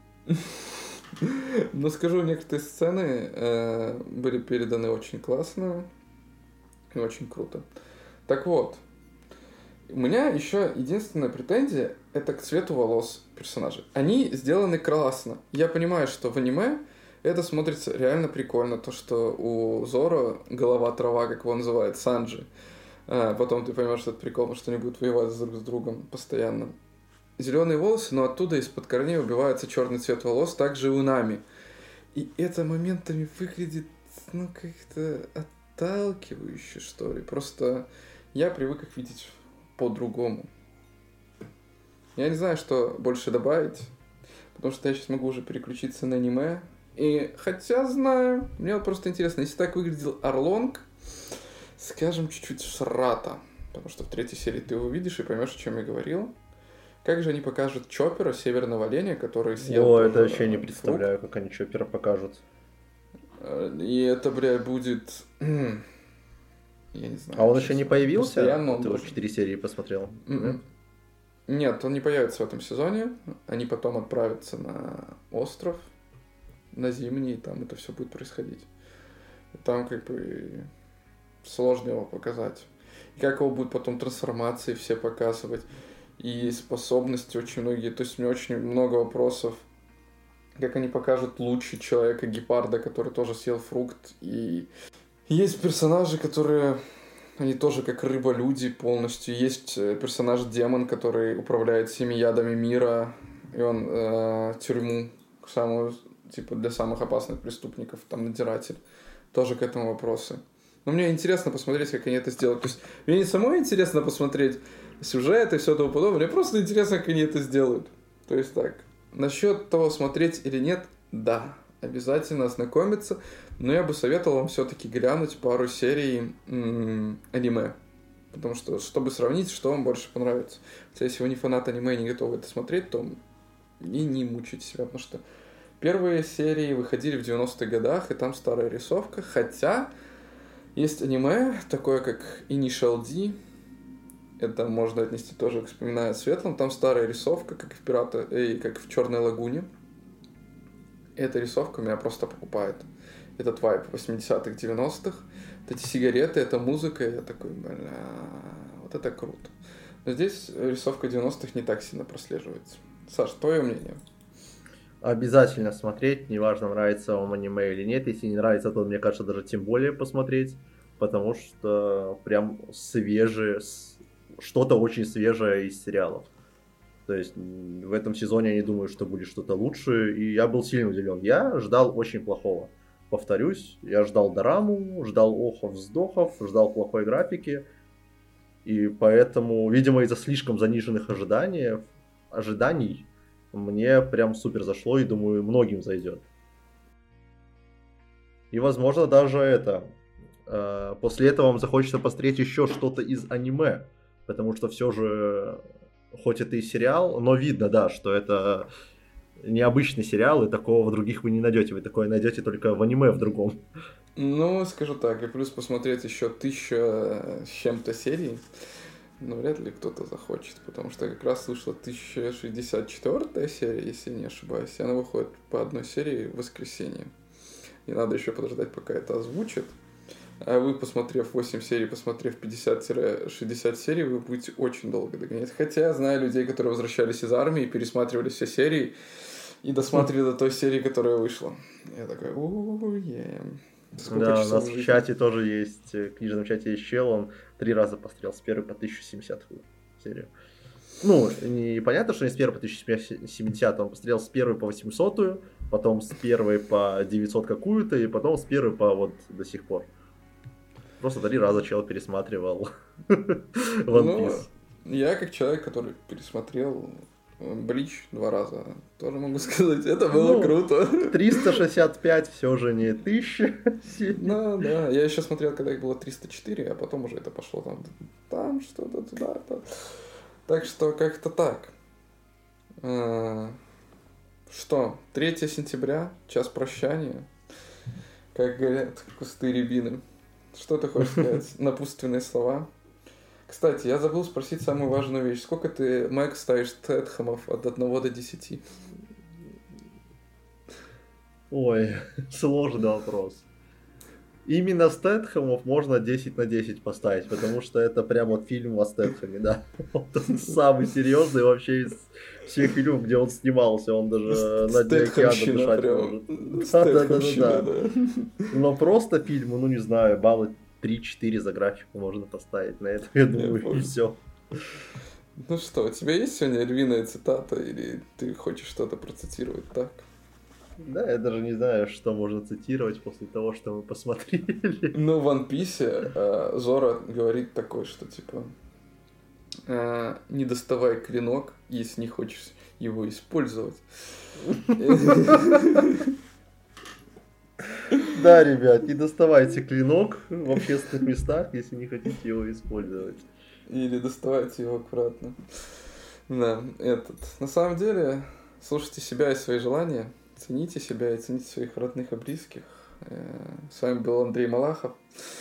Но скажу, некоторые сцены э, были переданы очень классно и очень круто. Так вот, у меня еще единственная претензия это к цвету волос персонажей. Они сделаны классно. Я понимаю, что в аниме это смотрится реально прикольно, то, что у Зоро голова трава, как его называют, Санджи. А потом ты поймешь, что это прикол, потому что они будут воевать друг с другом постоянно. Зеленые волосы, но оттуда из-под корней убивается черный цвет волос, также и у Нами. И это моментами выглядит, ну, как-то отталкивающе, что ли. Просто я привык их видеть по-другому. Я не знаю, что больше добавить, потому что я сейчас могу уже переключиться на аниме. И хотя знаю, мне вот просто интересно, если так выглядел Орлонг, скажем, чуть-чуть срата. Потому что в третьей серии ты его видишь и поймешь, о чем я говорил. Как же они покажут Чоппера, северного оленя, который съел О, тоже это вообще не фрукт. представляю, как они Чоппера покажут. Э, И это, бля, будет... Я не знаю. А он еще честно. не появился? Постоянно он Ты уже должен. четыре серии посмотрел? М-м. Нет, он не появится в этом сезоне. Они потом отправятся на остров, на зимний, и там это все будет происходить. И там как бы сложно его показать. И как его будут потом трансформации все показывать. И способности очень многие. То есть у меня очень много вопросов как они покажут лучше Человека-гепарда, который тоже съел фрукт. И есть персонажи, которые... Они тоже как рыба-люди полностью. Есть персонаж-демон, который управляет всеми ядами мира. И он э, тюрьму самую, типа, для самых опасных преступников, там, надзиратель. Тоже к этому вопросы. Но мне интересно посмотреть, как они это сделают. То есть, мне не самой интересно посмотреть сюжет и все тому подобное. Мне просто интересно, как они это сделают. То есть так. Насчет того, смотреть или нет, да. Обязательно ознакомиться. Но я бы советовал вам все-таки глянуть пару серий м- аниме. Потому что, чтобы сравнить, что вам больше понравится. Хотя, если вы не фанат аниме и не готовы это смотреть, то и не мучайте себя. Потому что первые серии выходили в девяностых годах, и там старая рисовка. Хотя есть аниме, такое как Initial D. Это можно отнести тоже к «Вспоминая о светлом». Там старая рисовка, как в «Пирата», э, как в «Черной лагуне». Эта рисовка меня просто покупает. Этот вайб восьмидесятых, девяностых. Вот эти сигареты, эта музыка. Я такой, бля, вот это круто. Но здесь рисовка девяностых не так сильно прослеживается. Саш, твое мнение? Обязательно смотреть, неважно, нравится вам аниме или нет. Если не нравится, то, мне кажется, даже тем более посмотреть. Потому что прям свежее, что-то очень свежее из сериалов. То есть в этом сезоне я не думаю, что будет что-то лучше, и я был сильно удивлен. Я ждал очень плохого. Повторюсь, я ждал дораму, ждал охов-вздохов, ждал плохой графики, и поэтому, видимо, из-за слишком заниженных ожиданий, ожиданий мне прям супер зашло, и думаю, многим зайдет. И, возможно, даже это... Э, после этого вам захочется посмотреть еще что-то из аниме, потому что все же... Хоть это и сериал, но видно, да, что это необычный сериал, и такого в других вы не найдете. Вы такое найдете только в аниме в другом. Ну, скажу так, и плюс посмотреть еще тысяча с чем-то серий, но вряд ли кто-то захочет, потому что как раз вышла тысяча шестьдесят четвёртая серия, если не ошибаюсь, и она выходит по одной серии в воскресенье. И надо еще подождать, пока это озвучат. А вы, посмотрев восемь серий, посмотрев пятьдесят-шестьдесят серий, вы будете очень долго догонять. Хотя я знаю людей, которые возвращались из армии, пересматривали все серии и досматривали до той серии, которая вышла. Я такой, у-у-у-е. Да, у нас в чате тоже есть, в книжном чате есть чел, он три раза посмотрел с первой по тысяча семидесятую серию. Ну, не понятно, что не с первой по тысяча семидесятую, он посмотрел с первой по восьмисотую, потом с первой по девятьсот какую-то, и потом с первой по вот до сих пор. Просто три раза чел пересматривал One Piece. Ну, я как человек, который пересмотрел Блич два раза, тоже могу сказать, это было ну, круто. триста шестьдесят пять все же не тысяча. Да, да, я еще смотрел, когда их было триста четыре, а потом уже это пошло там, там что-то туда, там. Так что как-то так. Что, третьего сентября, час прощания, как говорят кусты рябины. Что ты хочешь сказать? Напутственные слова. Кстати, я забыл спросить самую важную вещь. Сколько ты, Мэг, ставишь Стэтхэмов от одного до десяти? Ой, сложный вопрос. Именно Стэтхэмов можно десять на десять поставить, потому что это прям вот фильм о Стэтхэме, да. Он самый серьезный вообще из всех фильмов, где он снимался. Он даже на дне океана дышать может. Да-да-да-да. Но просто фильму, ну не знаю, баллы три-четыре за графику можно поставить на это, я думаю, и все. Ну что, у тебя есть сегодня львиная цитата, или ты хочешь что-то процитировать так? Да, я даже не знаю, что можно цитировать после того, что мы посмотрели. Ну, в One Piece э, Зора говорит такое, что типа э, не доставай клинок, если не хочешь его использовать. Да, ребят, не доставайте клинок в общественных местах, если не хотите его использовать. Или доставайте его аккуратно. Да, этот. На самом деле, слушайте себя и свои желания. Цените себя и цените своих родных и близких. С вами был Андрей Малахов.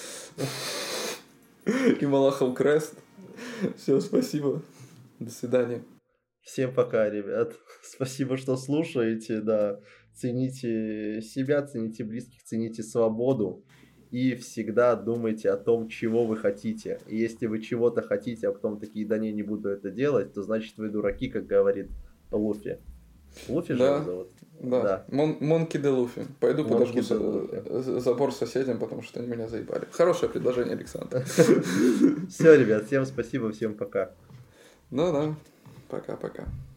И Малахов Крест. Все, спасибо. До свидания. Всем пока, ребят. Спасибо, что слушаете. Да. Цените себя, цените близких, цените свободу. И всегда думайте о том, чего вы хотите. И если вы чего-то хотите, а потом такие, да не, не буду это делать, то значит вы дураки, как говорит Луфи. Луфи же Да. его зовут. Да. Да. Мон, Монки де Луфи. Пойду Монки подожгу де за- Луфи. за- забор соседям, потому что они меня заебали. Хорошее предложение, Александр. Все, ребят, всем спасибо, всем пока. Ну да. Пока-пока.